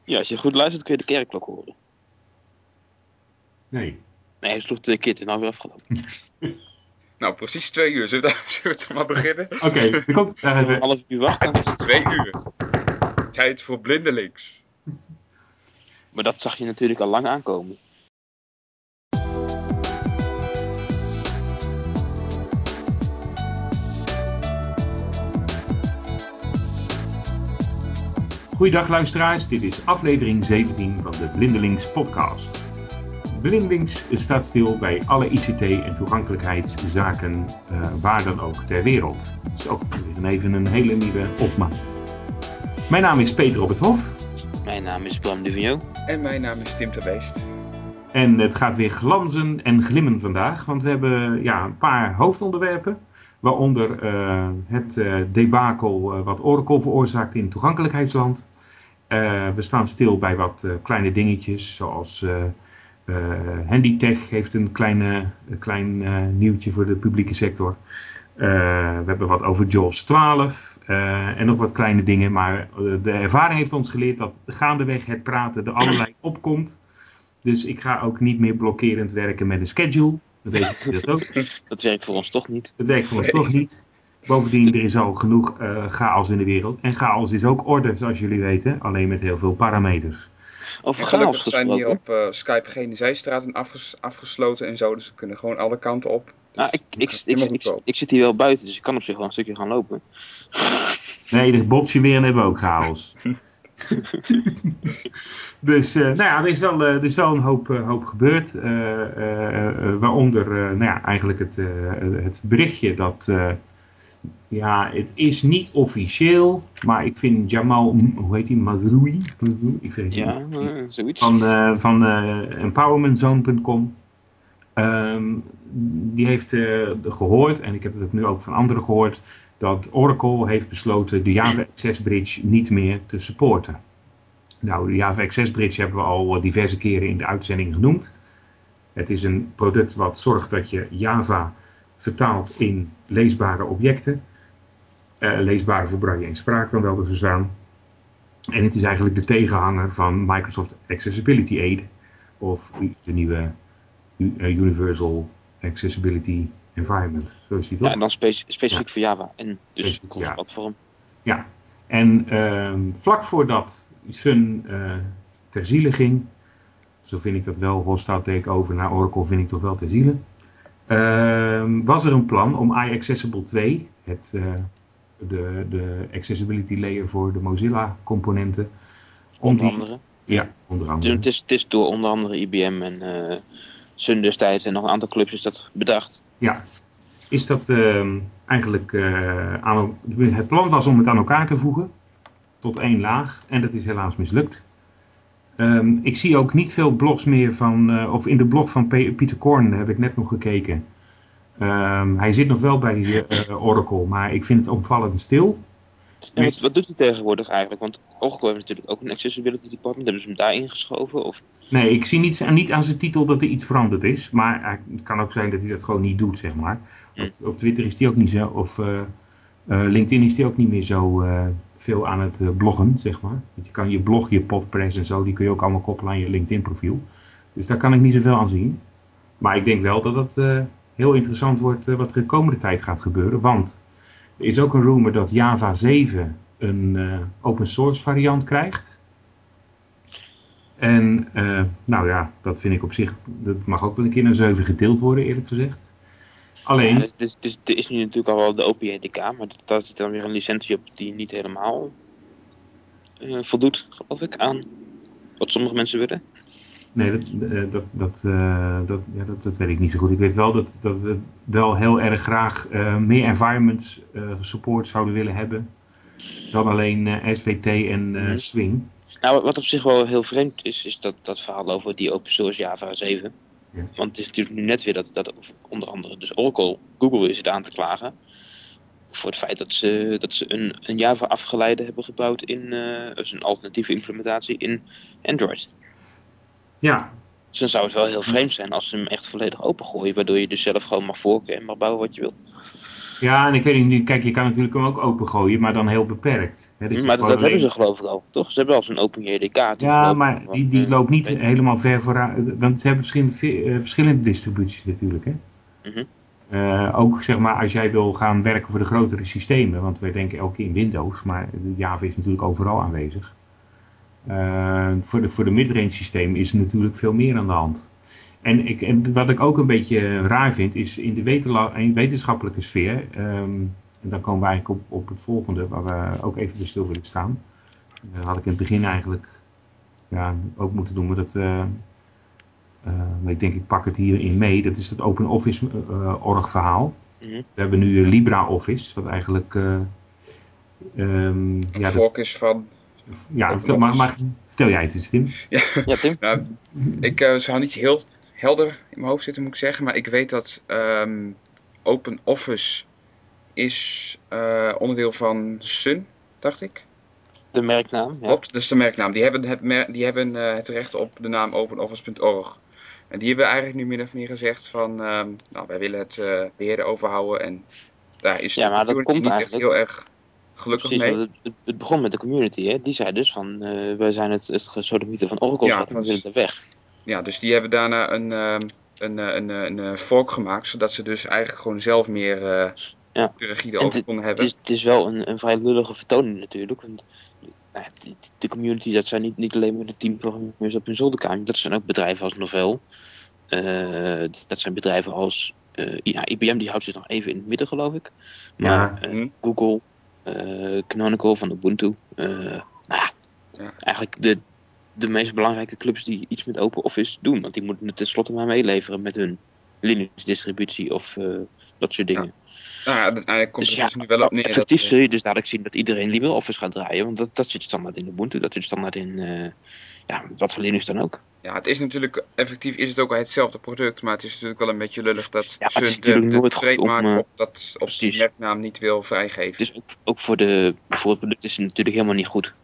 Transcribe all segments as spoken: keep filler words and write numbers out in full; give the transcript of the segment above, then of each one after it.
Ja, als je goed luistert kun je de kerkklok horen. Nee. Nee, hij sloeg twee keer, het is nou weer afgelopen. Nou, precies twee uur. Zullen we, daar, zullen we het maar beginnen? Oké, okay, er komt daar even... Een half uur wachten. Het is twee uur. Tijd voor blindelings. Maar dat zag je natuurlijk al lang aankomen. Goeiedag luisteraars, dit is aflevering zeventien van de Blindelings podcast. Blindelings staat stil bij alle I C T- en toegankelijkheidszaken uh, waar dan ook ter wereld. Dat is ook even een hele nieuwe opmaak. Mijn naam is Peter op het Hof. Mijn naam is Bram Duvigneau. En mijn naam is Tim ter Weest. En het gaat weer glanzen en glimmen vandaag, want we hebben ja, een paar hoofdonderwerpen. Waaronder uh, het uh, debakel uh, wat Oracle veroorzaakt in toegankelijkheidsland. Uh, we staan stil bij wat uh, kleine dingetjes, zoals uh, uh, Handytech heeft een kleine, een klein uh, nieuwtje voor de publieke sector. Uh, we hebben wat over JAWS twaalf uh, en nog wat kleine dingen. Maar uh, de ervaring heeft ons geleerd dat gaandeweg het praten er allerlei opkomt. Dus ik ga ook niet meer blokkerend werken met een schedule. Dat weet je dat ook. Dat werkt voor ons toch niet. Dat werkt voor ons toch niet. Bovendien, er is al genoeg uh, chaos in de wereld. En chaos is ook orde, zoals jullie weten. Alleen met heel veel parameters. Over en chaos gelukkig zijn hier gesproken. op uh, Skype geen zijstraten afges- afgesloten en zo. Dus we kunnen gewoon alle kanten op. Nou, ik, ik, ik, ik, ik, ik zit hier wel buiten, dus ik kan op zich wel een stukje gaan lopen. Nee, er bots je weer en hebben we ook chaos. Dus uh, nou ja, er is wel, uh, er is wel een hoop, uh, hoop gebeurd. Uh, uh, uh, waaronder uh, nou ja, eigenlijk het, uh, het berichtje dat... Uh, ja, het is niet officieel, maar ik vind Jamal, hoe heet hij, Mazroui? Ik vind ja, uh, zoiets. Van, uh, van uh, empowerment zone punt com. Um, die heeft uh, gehoord, en ik heb het nu ook van anderen gehoord, dat Oracle heeft besloten de Java Access Bridge niet meer te supporten. Nou, de Java Access Bridge hebben we al diverse keren in de uitzending genoemd. Het is een product wat zorgt dat je Java vertaalt in leesbare objecten. Uh, leesbare voor braille en spraak dan wel te verstaan. En het is eigenlijk de tegenhanger van Microsoft Accessibility Aid. Of de nieuwe Universal Accessibility Environment. Zo is die toch? Ja, en dan spe- specifiek ja. voor Java. En dus ja. platform. Ja, en uh, vlak voordat Sun uh, ter ziele ging, zo vind ik dat wel, hostile takeover naar Oracle vind ik toch wel ter ziele, uh, was er een plan om iAccessible twee, het, uh, de, de accessibility layer voor de Mozilla componenten. Onder andere. Die, ja, onder andere. Het is, het is door onder andere I B M en uh, Sun destijds en nog een aantal clubs is dat bedacht. Ja, is dat uh, eigenlijk, uh, aan, het plan was om het aan elkaar te voegen tot één laag en dat is helaas mislukt. Um, ik zie ook niet veel blogs meer van, uh, of in de blog van P- Pieter Korn heb ik net nog gekeken. Um, hij zit nog wel bij uh, Oracle, maar ik vind het opvallend stil. Ja, wat, wat doet hij tegenwoordig eigenlijk? Want Oracle heeft natuurlijk ook een accessibility department, hebben ze hem daar ingeschoven? Of? Nee, ik zie niet, niet aan zijn titel dat er iets veranderd is, maar het kan ook zijn dat hij dat gewoon niet doet, zeg maar. Hm. Op, op Twitter is hij ook niet zo, of uh, uh, LinkedIn is hij ook niet meer zo uh, veel aan het uh, bloggen, zeg maar. Je kan je blog, je podpress en zo, die kun je ook allemaal koppelen aan je LinkedIn profiel. Dus daar kan ik niet zoveel aan zien. Maar ik denk wel dat het uh, heel interessant wordt uh, wat er de komende tijd gaat gebeuren, want er is ook een rumor dat Java zeven een uh, open source variant krijgt. En uh, nou ja, dat vind ik op zich, dat mag ook wel een keer naar zeven gedeeld worden, eerlijk gezegd. Alleen... Ja, dus, dus, er is nu natuurlijk al wel de O P J D K, maar daar zit dan weer een licentie op die niet helemaal uh, voldoet, geloof ik, aan wat sommige mensen willen. Nee, dat, uh, dat, dat, uh, dat, ja, dat, dat weet ik niet zo goed. Ik weet wel dat, dat we wel heel erg graag uh, meer environments uh, support zouden willen hebben dan alleen uh, S V T en uh, mm-hmm. Swing. Nou, wat op zich wel heel vreemd is, is dat, dat verhaal over die open source Java zeven. Ja. Want het is natuurlijk nu net weer dat, dat onder andere dus Oracle, Google is het aan te klagen. Voor het feit dat ze, dat ze een, een Java afgeleide hebben gebouwd in, uh, dus een alternatieve implementatie in Android. Ja. Dus dan zou het wel heel vreemd zijn als ze hem echt volledig opengooien, waardoor je dus zelf gewoon mag forken en mag bouwen wat je wil. Ja, en ik weet niet, kijk, je kan natuurlijk hem ook opengooien, maar dan heel beperkt. Hè, dat je Maar dat, gewoon dat hebben alleen... ze geloof ik al, toch? Ze hebben al zo'n Open J D K die Ja, voorlopig maar nog die, wel, die eh, loopt niet weet- helemaal ver vooruit, want ze hebben verschillende, eh, verschillende distributies natuurlijk. Hè? Mhm. Uh, ook zeg maar als jij wil gaan werken voor de grotere systemen, want wij denken elke keer in Windows, maar Java is natuurlijk overal aanwezig. Uh, voor de, voor de midrange systemen is er natuurlijk veel meer aan de hand. En, ik, en wat ik ook een beetje raar vind, is in de wetenschappelijke sfeer, um, en dan komen we eigenlijk op, op het volgende, waar we ook even bij stil willen staan. Dat uh, had ik in het begin eigenlijk ja, ook moeten doen, maar dat... Uh, Uh, ik denk, ik pak het hierin mee. Dat is het Open Office uh, org verhaal. Mm-hmm. We hebben nu LibreOffice, wat eigenlijk... Uh, um, een ja, volk is van... Ja, vertel, maar, maar vertel jij het eens, Tim. Ja, ja Tim. Nou, ik uh, zou niet heel helder in mijn hoofd zitten, moet ik zeggen. Maar ik weet dat um, Open Office is uh, onderdeel van Sun, dacht ik. De merknaam, ja. Klopt, dat is de merknaam. Die hebben het, mer- die hebben, uh, het recht op de naam openoffice punt org. En die hebben eigenlijk nu min of meer gezegd van, um, nou, wij willen het uh, beheer overhouden en daar is ja, de community niet echt heel erg gelukkig precies, mee. Het, het begon met de community, hè? Die zei dus van, uh, wij zijn het, het gesodemieten van Oracle, ja, en we willen er weg. Ja, dus die hebben daarna een, uh, een, een, een, een fork gemaakt, zodat ze dus eigenlijk gewoon zelf meer uh, ja. de regie erover konden hebben. Het is, het is wel een, een vrij lullige vertoning natuurlijk, want nou, de, de community, dat zijn niet, niet alleen maar de teamprogrammeurs op hun zolderkamer, dat zijn ook bedrijven als Novell. Uh, dat zijn bedrijven als uh, ja, I B M, die houdt zich nog even in het midden, geloof ik. Maar ja. uh, Google, uh, Canonical van Ubuntu. Uh, nou ja, ja, eigenlijk de, de meest belangrijke clubs die iets met OpenOffice doen. Want die moeten het tenslotte maar meeleveren met hun Linux-distributie of uh, dat soort dingen. Ja. Nou ja, uiteindelijk komt dus het ja, dus nu wel op neer. Effectief dat, zul je dus dadelijk zien dat iedereen LibreOffice gaat draaien. Want dat, dat zit standaard in Ubuntu, dat zit standaard in uh, ja, wat voor Linux dan ook. Ja, het is natuurlijk, effectief is het ook hetzelfde product, maar het is natuurlijk wel een beetje lullig dat ja, Sun de, de trademark om, op, dat, op precies. die merknaam niet wil vrijgeven. Dus ook, ook voor, de, voor het product is het natuurlijk helemaal niet goed.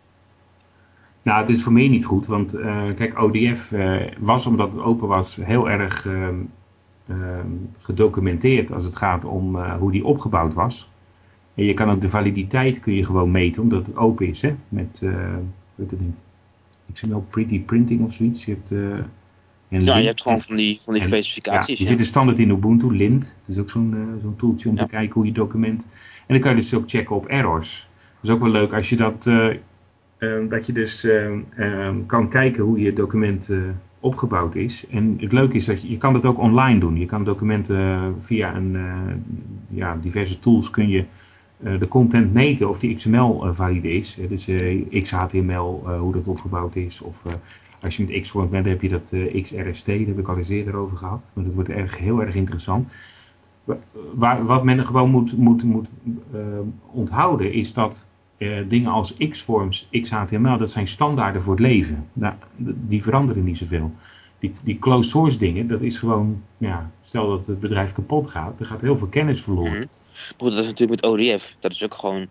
Nou, het is voor mij niet goed, want uh, kijk, O D F uh, was, omdat het open was, heel erg uh, uh, gedocumenteerd als het gaat om uh, hoe die opgebouwd was. En je kan ook de validiteit kun je gewoon meten, omdat het open is, hè, met, uh, weet het niet, X M L pretty printing of zoiets. Je hebt, uh, een ja, je hebt gewoon van die, van die en, specificaties. Ja, die ja. zitten standaard in Ubuntu, Lint. Dat is ook zo'n uh, zo'n toeltje om ja. te kijken hoe je document... En dan kan je dus ook checken op errors. Dat is ook wel leuk als je dat... Uh, uh, dat je dus uh, uh, kan kijken hoe je document uh, opgebouwd is. En het leuke is dat je, je kan dat ook online doen. Je kan documenten uh, via een, uh, ja, diverse tools kun je uh, de content meten of die X M L uh, valide is. Uh, dus uh, X H T M L, uh, hoe dat opgebouwd is. Of uh, als je met Xforms bent, heb je dat uh, X R S T. Daar heb ik al eens eerder over gehad. Maar dat wordt erg, heel erg interessant. Waar, wat men gewoon moet, moet, moet uh, onthouden is dat uh, dingen als Xforms, X H T M L, dat zijn standaarden voor het leven. Nou, die veranderen niet zoveel. Die, die closed source dingen, dat is gewoon, ja, stel dat het bedrijf kapot gaat, er gaat heel veel kennis verloren. Mm-hmm. Dat is natuurlijk met O D F, dat is ook gewoon,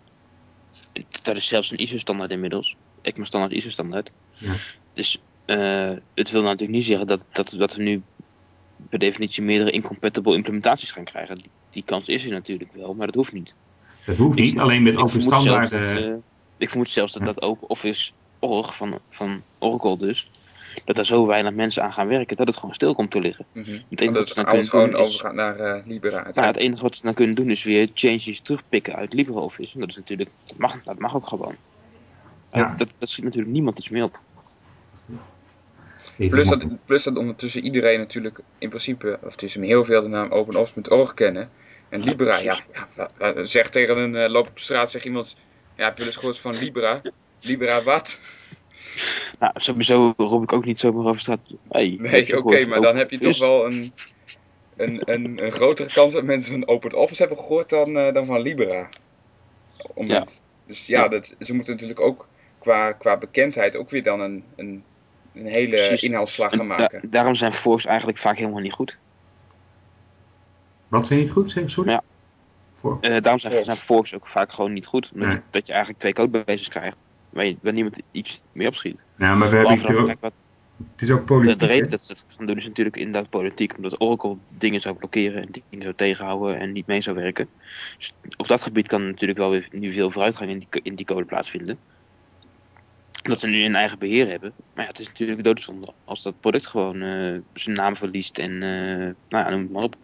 dat is zelfs een I S O-standaard inmiddels. Ik mijn standaard I S O-standaard. Ja. Dus uh, het wil natuurlijk niet zeggen dat, dat, dat we nu per definitie meerdere incompatible implementaties gaan krijgen. Die, die kans is er natuurlijk wel, maar dat hoeft niet. Dat hoeft niet, ik, alleen met open standaarden. Uh, ik vermoed zelfs dat, dat OpenOffice org van, van Oracle dus, dat er zo weinig mensen aan gaan werken dat het gewoon stil komt te liggen. Mm-hmm. Het enige dat het alles gewoon overgaat naar uh, Libera. Nou, het enige wat ze dan kunnen doen is weer changes terugpikken uit LibreOffice. En dat is natuurlijk, dat mag, dat mag ook gewoon. Ja. Dat, dat, dat schiet natuurlijk niemand iets meer op. Plus dat, plus dat ondertussen iedereen natuurlijk in principe, of tussen heel veel de naam openoffice punt org kennen. En Libera, ja, ja zeg tegen een uh, loop op de straat, zegt iemand, ja, heb je wel eens gehoord van Libera? Libera wat? Nou, sowieso roep ik ook niet zomaar over straat. Hey, nee, oké, okay, maar dan heb je toch wel een, een, een, een grotere kans dat mensen van openoffice hebben gehoord dan, uh, dan van Libera. Om ja. Het, dus ja, dat, ze moeten natuurlijk ook qua, qua bekendheid ook weer dan een... een een hele Precies. inhaalslag gaan maken. Da- daarom zijn forks eigenlijk vaak helemaal niet goed. Wat zijn niet goed? Sorry? Ja. Uh, daarom zijn forks. zijn forks ook vaak gewoon niet goed. Omdat nee. je, dat je eigenlijk twee codebases krijgt. Waar, je, waar niemand iets mee opschiet. Ja, maar we hebben, hier ook, wat... Het is ook De, politiek, de reden hè? dat ze het gaan doen is natuurlijk inderdaad politiek, omdat Oracle dingen zou blokkeren en dingen zou tegenhouden en niet mee zou werken. Dus op dat gebied kan natuurlijk wel weer nu veel vooruitgang in die, in die code plaatsvinden. Omdat ze nu een eigen beheer hebben. Maar ja, het is natuurlijk doodzonde als dat product gewoon uh, zijn naam verliest en uh, nou ja, noem het maar op.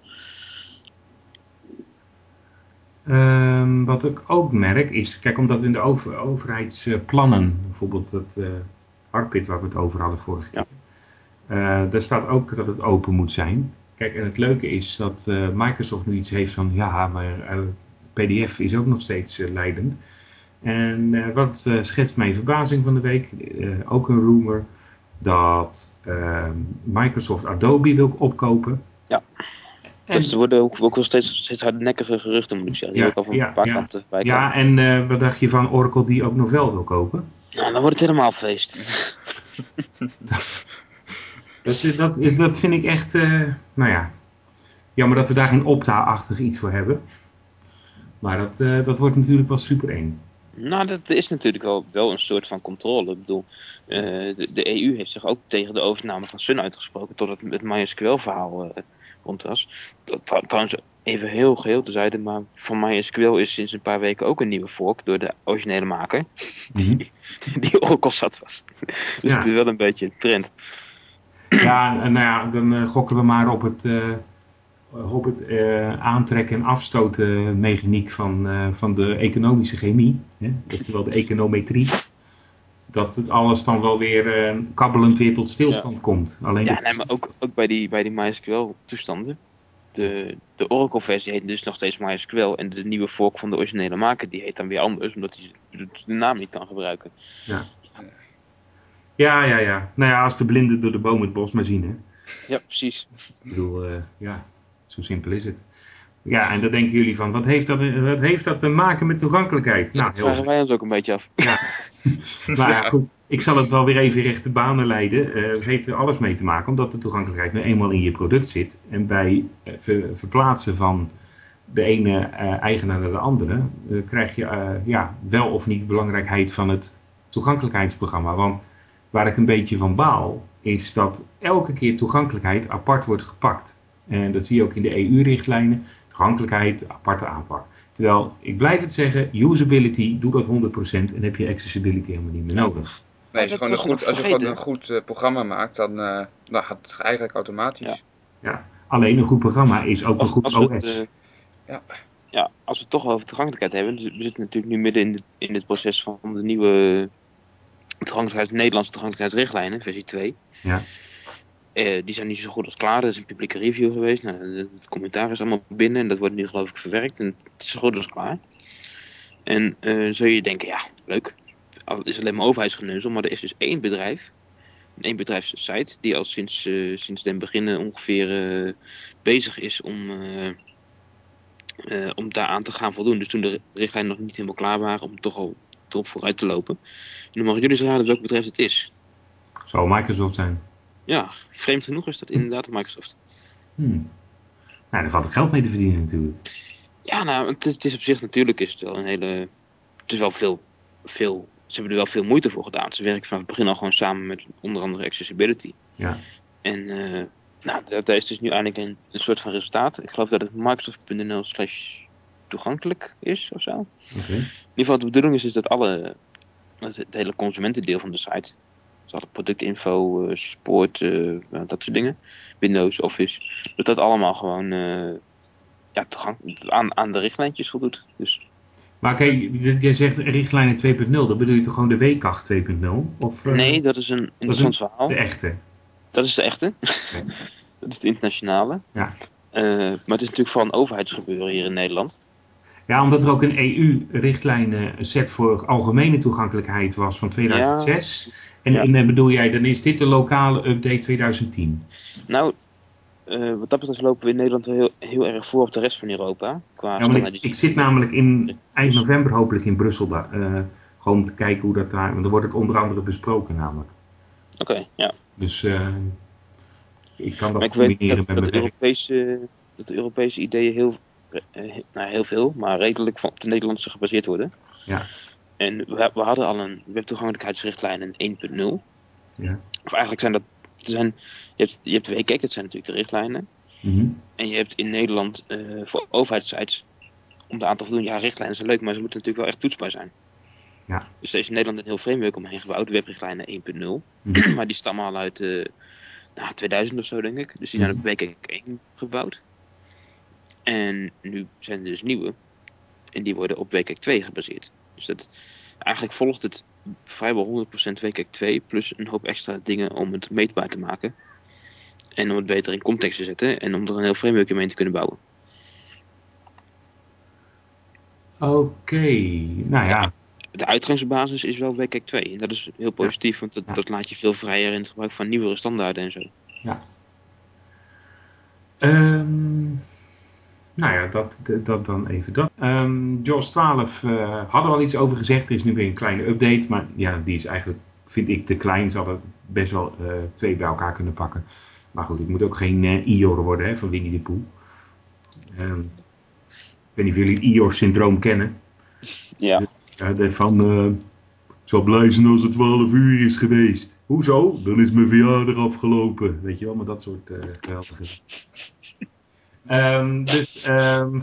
Um, wat ik ook merk is, kijk, omdat in de over, overheidsplannen, bijvoorbeeld dat uh, Harpit waar we het over hadden vorige keer, ja. uh, daar staat ook dat het open moet zijn. Kijk, en het leuke is dat uh, Microsoft nu iets heeft van, ja, maar uh, P D F is ook nog steeds uh, leidend. En uh, wat uh, schetst mijn verbazing van de week, uh, ook een rumor, dat uh, Microsoft Adobe wil opkopen. Ja. En, dus er worden ook, ook wel steeds, steeds hardnekkige geruchten, moet ik zeggen. Die ja, ook al van ja, een paar ja. kanten bij Ja, en uh, wat dacht je van Oracle die ook Novell wil kopen? Nou, dan wordt het helemaal feest. dat, dat, dat vind ik echt, uh, nou ja, jammer dat we daar geen Opta-achtig iets voor hebben. Maar dat, uh, dat wordt natuurlijk wel super eng. Nou, dat is natuurlijk wel, wel een soort van controle. Ik bedoel, uh, de, de E U heeft zich ook tegen de overname van Sun uitgesproken, totdat het MySQL-verhaal uh, rond was. Trouwens, even heel geheel terzijde, maar van MySQL is sinds een paar weken ook een nieuwe fork door de originele maker, Mm-hmm. die, die Oracle zat was. Dus ja. Het is wel een beetje een trend. Ja, nou ja, dan uh, gokken we maar op het, uh, op het uh, aantrekken en afstoten mechaniek van, uh, van de economische chemie, hè? Oftewel de econometrie. Dat het alles dan wel weer uh, kabbelend weer tot stilstand ja. komt. Alleen ja, nee, maar ook, ook bij die, bij die MySQL toestanden. De, de Oracle versie heet dus nog steeds MySQL en de nieuwe fork van de originele maker die heet dan weer anders, omdat hij de, de naam niet kan gebruiken. Ja. Ja, ja, ja. Nou ja, als de blinden door de boom het bos maar zien, hè. Ja, precies. Ik bedoel, uh, ja, zo simpel is het. Ja, en dan denken jullie van, wat heeft dat, wat heeft dat te maken met toegankelijkheid? Ja, nou, dat vragen wij ons ook een beetje af. Ja. Maar ja, goed, ik zal het wel weer even rechte banen leiden. Uh, het heeft er alles mee te maken, omdat de toegankelijkheid nu eenmaal in je product zit. En bij uh, ver, verplaatsen van de ene uh, eigenaar naar de andere, uh, krijg je uh, ja, wel of niet de belangrijkheid van het toegankelijkheidsprogramma. Want waar ik een beetje van baal, is dat elke keer toegankelijkheid apart wordt gepakt. En dat zie je ook in de E U-richtlijnen. Toegankelijkheid, aparte aanpak. Terwijl, ik blijf het zeggen, usability, doe dat honderd procent en heb je accessibility helemaal niet meer nodig. Nee, als je gewoon een goed, als je gewoon een goed uh, programma maakt, dan, uh, dan gaat het eigenlijk automatisch. Ja. Ja, alleen een goed programma is ook als, een goed O S. Het, uh, ja. ja, als we het toch over toegankelijkheid hebben, dus we zitten natuurlijk nu midden in, de, in het proces van de nieuwe toegankelijkheids, Nederlandse toegankelijkheidsrichtlijnen, versie twee. Ja. Uh, die zijn niet zo goed als klaar. Er is een publieke review geweest. Nou, het commentaar is allemaal binnen en dat wordt nu geloof ik verwerkt. En het is zo goed als klaar. En uh, zul je denken, ja, leuk. Het is alleen maar overheidsgeneuzel, maar er is dus één bedrijf, één bedrijfssite, die al sinds, uh, sinds den beginnen ongeveer uh, bezig is om, uh, uh, om daaraan te gaan voldoen. Dus toen de richtlijnen nog niet helemaal klaar waren, om toch al erop vooruit te lopen. En dan mogen jullie eens raden welk bedrijf het is. Zou Microsoft zijn? Ja, vreemd genoeg is dat inderdaad Microsoft. Hmm. Nou, daar valt ook geld mee te verdienen natuurlijk. Ja, nou, het, het is op zich natuurlijk is het wel een hele... Het is wel veel, veel... Ze hebben er wel veel moeite voor gedaan. Ze werken vanaf het begin al gewoon samen met onder andere Accessibility. Ja. En uh, nou, daar is dus nu eindelijk een, een soort van resultaat. Ik geloof dat het microsoft punt n l slash toegankelijk is of zo. Okay. In ieder geval de bedoeling is, is dat alle... Het, het hele consumentendeel van de site... Dus alle productinfo, uh, support, uh, dat soort dingen. Windows, Office. Dat dat allemaal gewoon uh, ja, toegang, aan, aan de richtlijntjes voldoet. Dus. Maar kijk, jij zegt richtlijnen twee punt nul. Dan bedoel je toch gewoon de W C A G twee punt nul? Of, uh, nee, dat is een interessant verhaal. De echte? Dat is de echte. Okay. Dat is de internationale. Ja. Uh, maar het is natuurlijk vooral een overheidsgebeuren hier in Nederland. Ja, omdat er ook een E U-richtlijnenset voor algemene toegankelijkheid was van tweeduizend zes. Ja. En, ja. en bedoel jij, dan is dit de lokale update tweeduizend tien? Nou, uh, wat dat betreft lopen we in Nederland heel, heel erg voor op de rest van Europa. Qua ja, maar ik, ik zit namelijk in eind november hopelijk in Brussel, uh, gewoon om te kijken hoe dat daar, want dan wordt het onder andere besproken namelijk. Oké, okay, ja. Dus uh, ik kan dat maar combineren dat, met dat mijn de Europese, dat de Europese ideeën heel, uh, nou heel veel, maar redelijk op de Nederlandse gebaseerd worden. Ja. En we, we hadden al een webtoegankelijkheidsrichtlijn in één punt nul. Ja. Of eigenlijk zijn dat er zijn, je hebt, je hebt W K A C, dat zijn natuurlijk de richtlijnen. Mm-hmm. En je hebt in Nederland uh, voor overheidssites, om de aan te voldoen, ja, richtlijnen zijn leuk, maar ze moeten natuurlijk wel echt toetsbaar zijn. Ja. Dus er is in Nederland een heel framework omheen gebouwd, webrichtlijnen één punt nul. Mm-hmm. Maar die stammen al uit uh, nou, tweeduizend of zo, denk ik. Dus die zijn mm-hmm. op W K A C één gebouwd. En nu zijn er dus nieuwe. En die worden op W K A C twee gebaseerd. Dus dat, eigenlijk volgt het vrijwel honderd procent W K A C twee, plus een hoop extra dingen om het meetbaar te maken. En om het beter in context te zetten en om er een heel framework omheen te kunnen bouwen. Oké, okay. nou ja. De uitgangsbasis is wel W K A C twee. En dat is heel positief, ja. want dat, ja. dat laat je veel vrijer in het gebruik van nieuwere standaarden en zo. Ja. Um, nou ja, dat, dat dan even dat. Um, JAWS twaalf uh, hadden we al iets over gezegd. Er is nu weer een kleine update. Maar ja, die is eigenlijk, vind ik, te klein. Ze hadden best wel uh, twee bij elkaar kunnen pakken. Maar goed, het moet ook geen uh, I O R worden hè, van Winnie de Pooh. Um, ik weet niet of jullie het I O R-syndroom kennen. Ja. Uh, van, uh, ik zal blij zijn als het twaalf uur is geweest. Hoezo? Dan is mijn verjaardag afgelopen. Weet je wel, maar dat soort uh, geweldige... Um, dus... Um...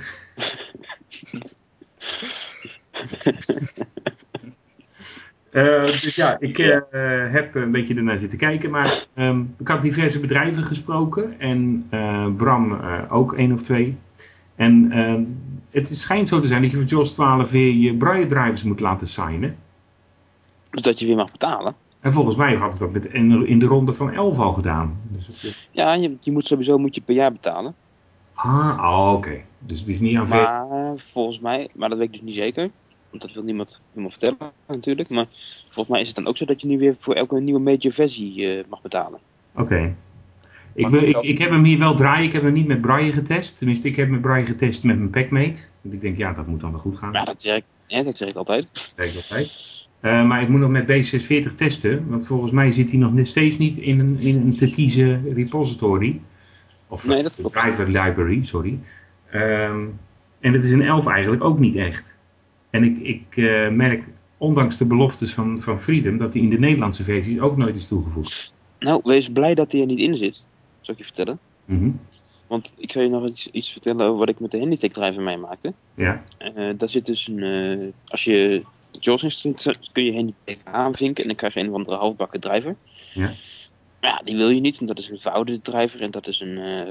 uh, dus ja, ik uh, heb een beetje ernaar zitten kijken, maar um, ik had diverse bedrijven gesproken en uh, Bram uh, ook één of twee. En uh, het schijnt zo te zijn dat je voor JAWS twaalf weer je braille drivers moet laten signen. Dus dat je weer mag betalen? En volgens mij hadden ze dat met in de ronde van elf al gedaan. Dus het, uh... Ja, je, je moet sowieso moet je per jaar betalen. Ah, oh, oké. Okay. Dus het is niet aan Maar feest. Volgens mij, maar dat weet ik dus niet zeker. Want dat wil niemand, niemand vertellen natuurlijk. Maar volgens mij is het dan ook zo dat je nu weer voor elke nieuwe major versie uh, mag betalen. Oké. Okay. Ik, ik, ik heb hem hier wel draaien, ik heb hem niet met braille getest. Tenminste, ik heb mijn braille getest met mijn packmate. Want ik denk, ja, dat moet dan wel goed gaan. Ja, dat werkt, ja, dat werkt altijd. Dat werkt altijd. Uh, maar ik moet nog met B zesenveertig testen, want volgens mij zit hij nog steeds niet in een, in een te kiezen repository. Of nee, dat uh, driver library, sorry. Um, en het is in elf eigenlijk ook niet echt. En ik, ik uh, merk, ondanks de beloftes van, van Freedom, dat hij in de Nederlandse versies ook nooit is toegevoegd. Nou, wees blij dat hij er niet in zit. Zal ik je vertellen? Mm-hmm. Want ik zal je nog iets, iets vertellen over wat ik met de Handytech driver meemaakte. Ja. Uh, daar zit dus een... Uh, als je JAWS installeert, kun je Handytech aanvinken en dan krijg je een of andere halfbakken driver. Ja. Ja, die wil je niet, want dat is een verouderde driver en dat is een... Uh,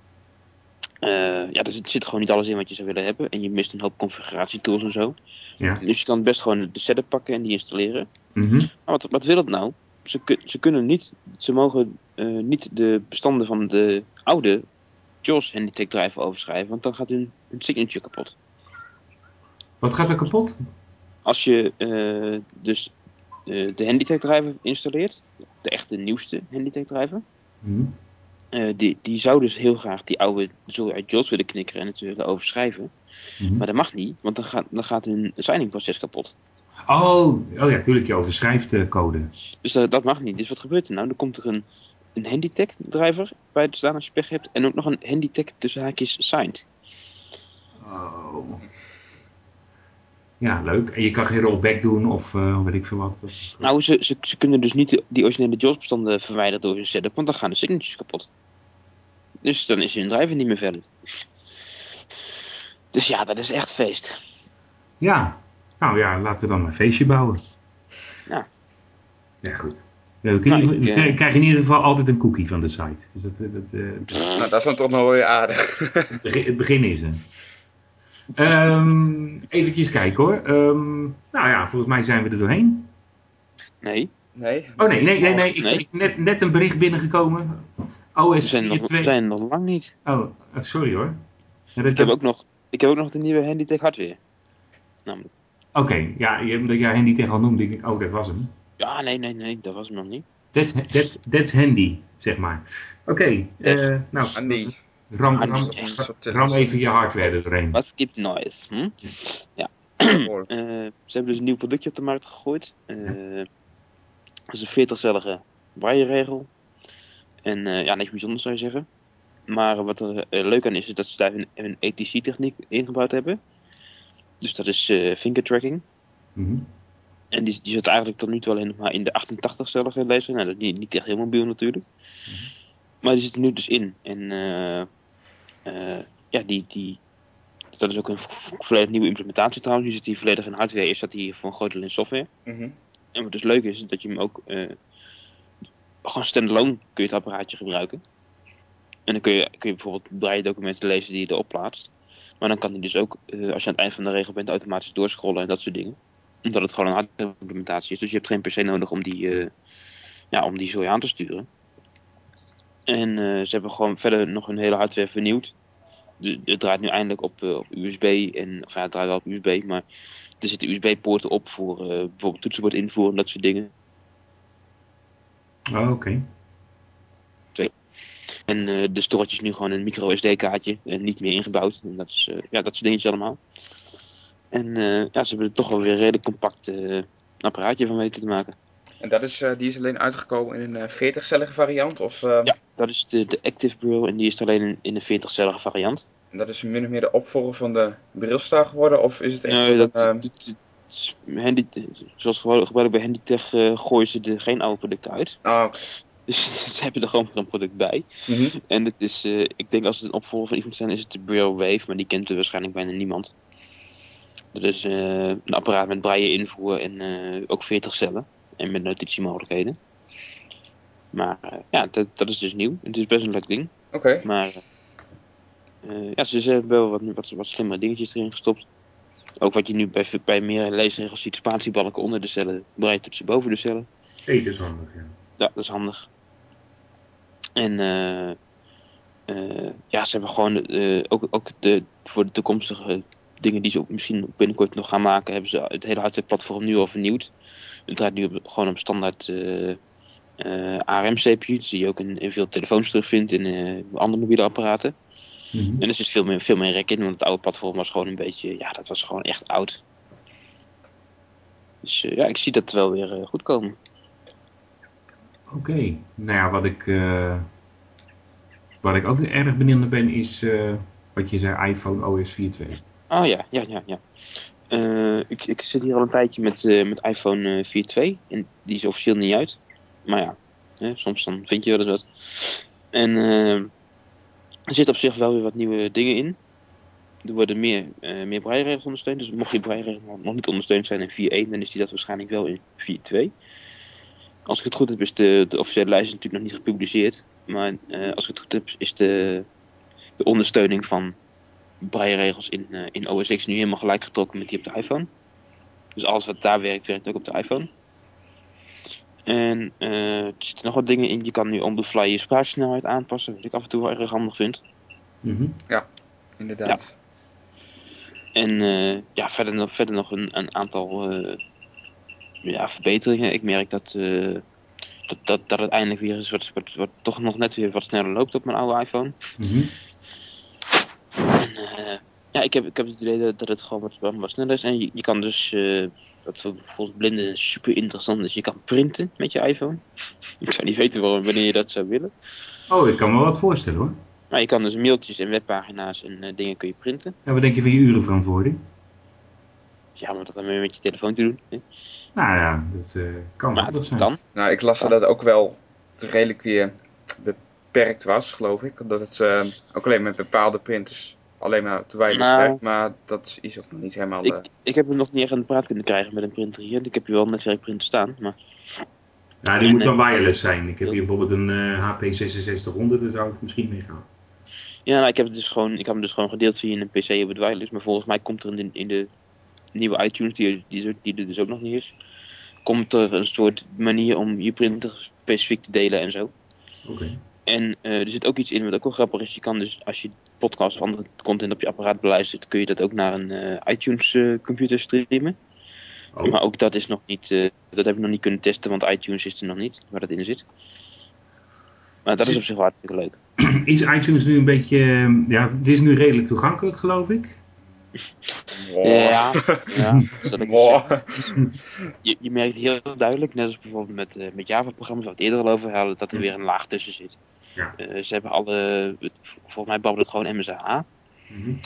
uh, ja, er zit gewoon niet alles in wat je zou willen hebben. En je mist een hoop configuratietools en zo. Ja. Dus je kan best gewoon de setup pakken en die installeren. Mm-hmm. Maar wat, wat wil het nou? Ze, ze kunnen niet, ze mogen uh, niet de bestanden van de oude JAWS Handytech driver overschrijven, want dan gaat hun, hun signature kapot. Wat gaat er kapot? Als je uh, dus uh, de Handytech driver installeert, de echte nieuwste Handytech driver, mm-hmm. uh, die, die zou dus heel graag die oude zo uit JAWS willen knikkeren en het willen overschrijven. Mm-hmm. Maar dat mag niet, want dan gaat, dan gaat hun signing proces kapot. Oh, oh ja, tuurlijk, je overschrijft de code. Dus dat, dat mag niet. Dus wat gebeurt er nou? Dan komt er een, een Handytech driver bij te staan als je pech hebt. En ook nog een Handytech tussen haakjes signed. Oh. Ja, leuk. En je kan geen rollback doen of uh, weet ik veel wat. Nou, ze, ze, ze kunnen dus niet die originele JAWS bestanden verwijderen door hun setup, want dan gaan de signatures kapot. Dus dan is hun driver niet meer valid. Dus ja, dat is echt feest. Ja. Nou ja, laten we dan een feestje bouwen. Ja. Ja, goed. Ja, we nou, ik, uh, krijgen in ieder geval altijd een cookie van de site. Dus dat, dat, uh, nou, dat is dan toch nog wel weer aardig. Het begin, het begin is er. Um, eventjes kijken hoor. Um, nou ja, volgens mij zijn we er doorheen. Nee. Nee. Oh nee, nee, nee. nee. Ik, nee. Ik, net, net een bericht binnengekomen. O S vier punt twee. We zijn nog lang niet. Oh, sorry hoor. Ja, dat ik, heb ook nog, ik heb ook nog de nieuwe Handytech hardware. Namelijk. Oké, okay, ja, omdat jij Handytech al noemde, denk ik, oh, dat was hem. Ja, nee, nee, nee, dat was hem nog niet. That's, that's, that's handy, zeg maar. Oké, okay, uh, nou, handy. Ram, ram, ram, ram even je hardware er doorheen. Wat skip noise? Hm? Ja. uh, ze hebben dus een nieuw productje op de markt gegooid. Uh, dat is een veertigcellige braille-regel. En uh, ja, niks bijzonders zou je zeggen. Maar wat er uh, leuk aan is, is dat ze daar een, een A T C-techniek ingebouwd hebben. Dus dat is uh, finger tracking. Mm-hmm. En die, die zit eigenlijk tot nu toe alleen nog maar in de achtentachtig-cellige laser. Nou, dat is niet, niet echt heel mobiel natuurlijk. Mhm. Maar die zit er nu dus in. En uh, uh, ja, die, die, dat is ook een vo volledig nieuwe implementatie trouwens. Nu zit die volledig in hardware, is dat die voor een groot deel in software. Mm-hmm. En wat dus leuk is, is dat je hem ook uh, gewoon standalone kun je het apparaatje gebruiken. En dan kun je, kun je bijvoorbeeld braille documenten lezen die je erop plaatst. Maar dan kan hij dus ook, uh, als je aan het eind van de regel bent, automatisch doorscrollen en dat soort dingen. Omdat het gewoon een hardware implementatie is. Dus je hebt geen P C nodig om die, uh, ja, om die zooi aan te sturen. En uh, ze hebben gewoon verder nog hun hele hardware vernieuwd. De, het draait nu eindelijk op, uh, op U S B. En, of ja, het draait wel op U S B, maar er zitten U S B-poorten op voor uh, bijvoorbeeld toetsenbord invoeren en dat soort dingen. Oh, oké. Okay. En uh, de storage is nu gewoon een micro S D-kaartje en niet meer ingebouwd. En dat is, uh, ja, dat soort dingetjes allemaal. En uh, ja, ze hebben er toch wel weer een redelijk compact uh, apparaatje van weten te maken. En dat is, uh, die is alleen uitgekomen in een veertig-cellige variant? Of, uh... Ja, dat is de, de Active Braille en die is alleen in, in een veertig-cellige variant. En dat is min of meer de opvolger van de Braillestar geworden? Of is het echt... Nee, dat, uh... dat, dat, handy, zoals gebruikelijk bij Handytech uh, gooien ze er geen oude producten uit. Ah, okay. Dus ze hebben er gewoon een product bij. Mm-hmm. En het is, uh, ik denk als het een opvolger van iets moet zijn, is het de Braille Wave, maar die kent er waarschijnlijk bijna niemand. Dat is uh, een apparaat met braille invoer en uh, ook veertig cellen. En met notitiemogelijkheden. Maar uh, ja, dat, dat is dus nieuw. Het is best een leuk ding. Oké. Okay. Maar uh, ja, ze hebben wel wat, wat, wat slimmere dingetjes erin gestopt. Ook wat je nu bij, bij meer leesregels ziet, spatiebalken onder de cellen, braille toetsen boven de cellen. Hé, hey, dat is handig, ja. Ja, dat is handig. En uh, uh, ja, ze hebben gewoon uh, ook, ook de, voor de toekomstige dingen die ze ook misschien binnenkort nog gaan maken, hebben ze het hele hardwareplatform nu al vernieuwd. Het draait nu op, gewoon op standaard uh, uh, A R M C P U, die je ook in, in veel telefoons terugvindt en in uh, andere mobiele apparaten. Mm-hmm. En er zit veel meer, veel meer rek in, want het oude platform was gewoon een beetje, ja, dat was gewoon echt oud. Dus uh, ja, ik zie dat wel weer uh, goed komen. Oké, okay. Nou ja, wat ik, uh, wat ik ook erg benieuwd naar ben is uh, wat je zei, iPhone O S vier punt twee. Oh ja, ja, ja, ja. Uh, ik, ik zit hier al een tijdje met, uh, met iPhone uh, vier punt twee en die is officieel niet uit. Maar ja, hè, soms dan vind je wel eens wat. En uh, er zitten op zich wel weer wat nieuwe dingen in. Er worden meer, uh, meer brailleregels ondersteund. Dus mocht je brailleregel nog niet ondersteund zijn in vier punt één, dan is die dat waarschijnlijk wel in vier punt twee. Als ik het goed heb, is de, de officiële lijst natuurlijk nog niet gepubliceerd. Maar uh, als ik het goed heb, is de, de ondersteuning van brailleregels in, uh, in O S X nu helemaal gelijk getrokken met die op de iPhone. Dus alles wat daar werkt, werkt ook op de iPhone. En uh, er zitten nog wat dingen in. Je kan nu on the fly je spraaksnelheid aanpassen, wat ik af en toe wel erg handig vind. Mm-hmm. Ja, inderdaad. Ja. En uh, ja, verder nog, verder nog een, een aantal uh, ja, verbeteringen. Ik merk dat, uh, dat, dat, dat het eindelijk weer eens wat, wat, wat toch nog net weer wat sneller loopt op mijn oude iPhone. Mm-hmm. En, uh, ja, ik heb, ik heb het idee dat, dat het gewoon wat, wat sneller is. En je, je kan dus, uh, wat voor bijvoorbeeld blinden super interessant is, je kan printen met je iPhone. Ik zou niet weten waarom, wanneer je dat zou willen. Oh, ik kan me wat voorstellen hoor. Maar je kan dus mailtjes en webpagina's en uh, dingen kun je printen. Ja, wat denk je van je urenverantwoording? Ja, maar dat dan weer met je telefoon te doen. Hè? Nou ja, dat uh, kan maar dat zijn. kan. Nou, ik las dat het ook wel redelijk weer beperkt was, geloof ik. Dat het uh, ook alleen met bepaalde printers alleen maar te weinig nou, werkt, maar dat is ook nog niet helemaal... Uh... Ik, ik heb hem nog niet echt aan de praat kunnen krijgen met een printer hier. Ik heb hier wel een netwerkprinter staan, maar... Ja, die en, moet dan wireless zijn. Ik heb hier bijvoorbeeld een uh, H P zesenzestig-honderd, daar zou het misschien mee gaan. Ja, nou, ik heb het dus gewoon, ik heb hem dus gewoon gedeeld via een P C op het wireless, maar volgens mij komt er in, in de nieuwe iTunes, die, die, die er dus ook nog niet is, komt er een soort manier om je printer specifiek te delen en zo. Oké. Okay. En uh, er zit ook iets in wat ook wel grappig is. Je kan dus, als je podcast of andere content op je apparaat beluistert, kun je dat ook naar een uh, iTunes uh, computer streamen. Oh. Maar ook dat is nog niet, uh, dat heb ik nog niet kunnen testen, want iTunes is er nog niet, waar dat in zit. Maar dat zit... is op zich wel hartstikke leuk. Is iTunes nu een beetje, ja, het is nu redelijk toegankelijk, geloof ik? Wow. Ja, ja, dat ik wow. je, je merkt heel duidelijk, net als bijvoorbeeld met, uh, met Java-programma's, waar we het eerder al over hadden, dat er weer een laag tussen zit. Ja. Uh, ze hebben alle, volgens mij babbelt het gewoon M S A. Mm-hmm.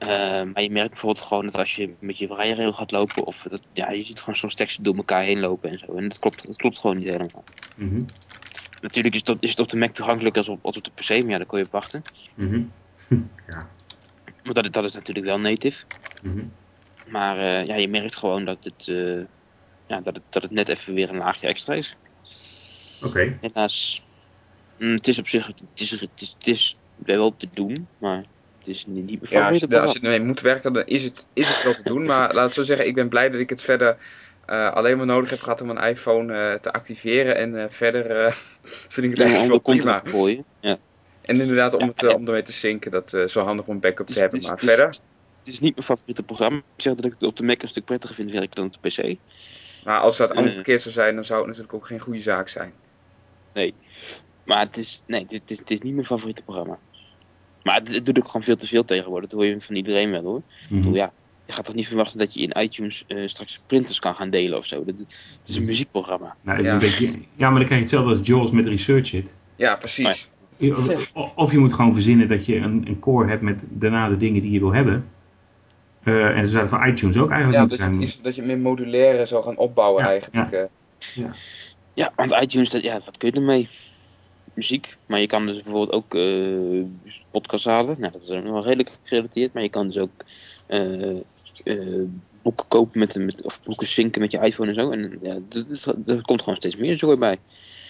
Uh, maar je merkt bijvoorbeeld gewoon dat als je met je braillerail gaat lopen, of dat, ja, je ziet gewoon soms teksten door elkaar heen lopen en zo. En dat klopt, dat klopt gewoon niet helemaal. Mm-hmm. Natuurlijk is, dat, is het op de Mac toegankelijk als op, als op de P C, maar ja, daar kon je op wachten. Mm-hmm. Ja. Maar dat, dat is natuurlijk wel native. Mm-hmm. Maar uh, ja, je merkt gewoon dat het, uh, ja, dat, het, dat het net even weer een laagje extra is. Oké. Okay. Helaas, mm, het is op zich, het is, het is, het is wel te doen, maar het is niet, niet ja, als, je, als je ermee moet werken, dan is het, is het wel te doen. Maar laat ik zo zeggen, ik ben blij dat ik het verder uh, alleen maar nodig heb gehad om mijn iPhone uh, te activeren. En uh, verder uh, vind ik het eigenlijk wel prima. Ja. En inderdaad, om, ja, het, uh, ja. om ermee te synken, dat is uh, zo handig om een backup dus, te hebben. dus, Maar dus, verder... Het is niet mijn favoriete programma. Ik zeg dat ik het op de Mac een stuk prettiger vind werken dan op de P C. Maar als dat omgekeerd uh, zou zijn, dan zou het natuurlijk ook geen goede zaak zijn. Nee, maar het is, nee, het is, het is niet mijn favoriete programma. Maar het, het doet ook gewoon veel te veel tegenwoordig. Dat hoor je van iedereen wel hoor. Mm-hmm. Ik bedoel, ja, je gaat toch niet verwachten dat je in iTunes uh, straks printers kan gaan delen of zo. Dat, het is een muziekprogramma. Nou, het is ja. Een beetje, ja, maar dan krijg je hetzelfde als Jaws met ResearchIt. Ja, precies. Of je moet gewoon verzinnen dat je een, een core hebt met daarna de dingen die je wil hebben. Uh, en dat zou van iTunes ook eigenlijk ja, moeten dat zijn. Ja, dat je meer modulaire zou gaan opbouwen ja, eigenlijk. Ja. Ja. ja, want iTunes, dat, ja, wat kun je ermee? Muziek, maar je kan dus bijvoorbeeld ook uh, podcasts halen. Nou, dat is ook wel redelijk gerelateerd, maar je kan dus ook uh, uh, boeken kopen met, met, of boeken zinken met je iPhone en zo. En ja, er komt gewoon steeds meer zooi bij.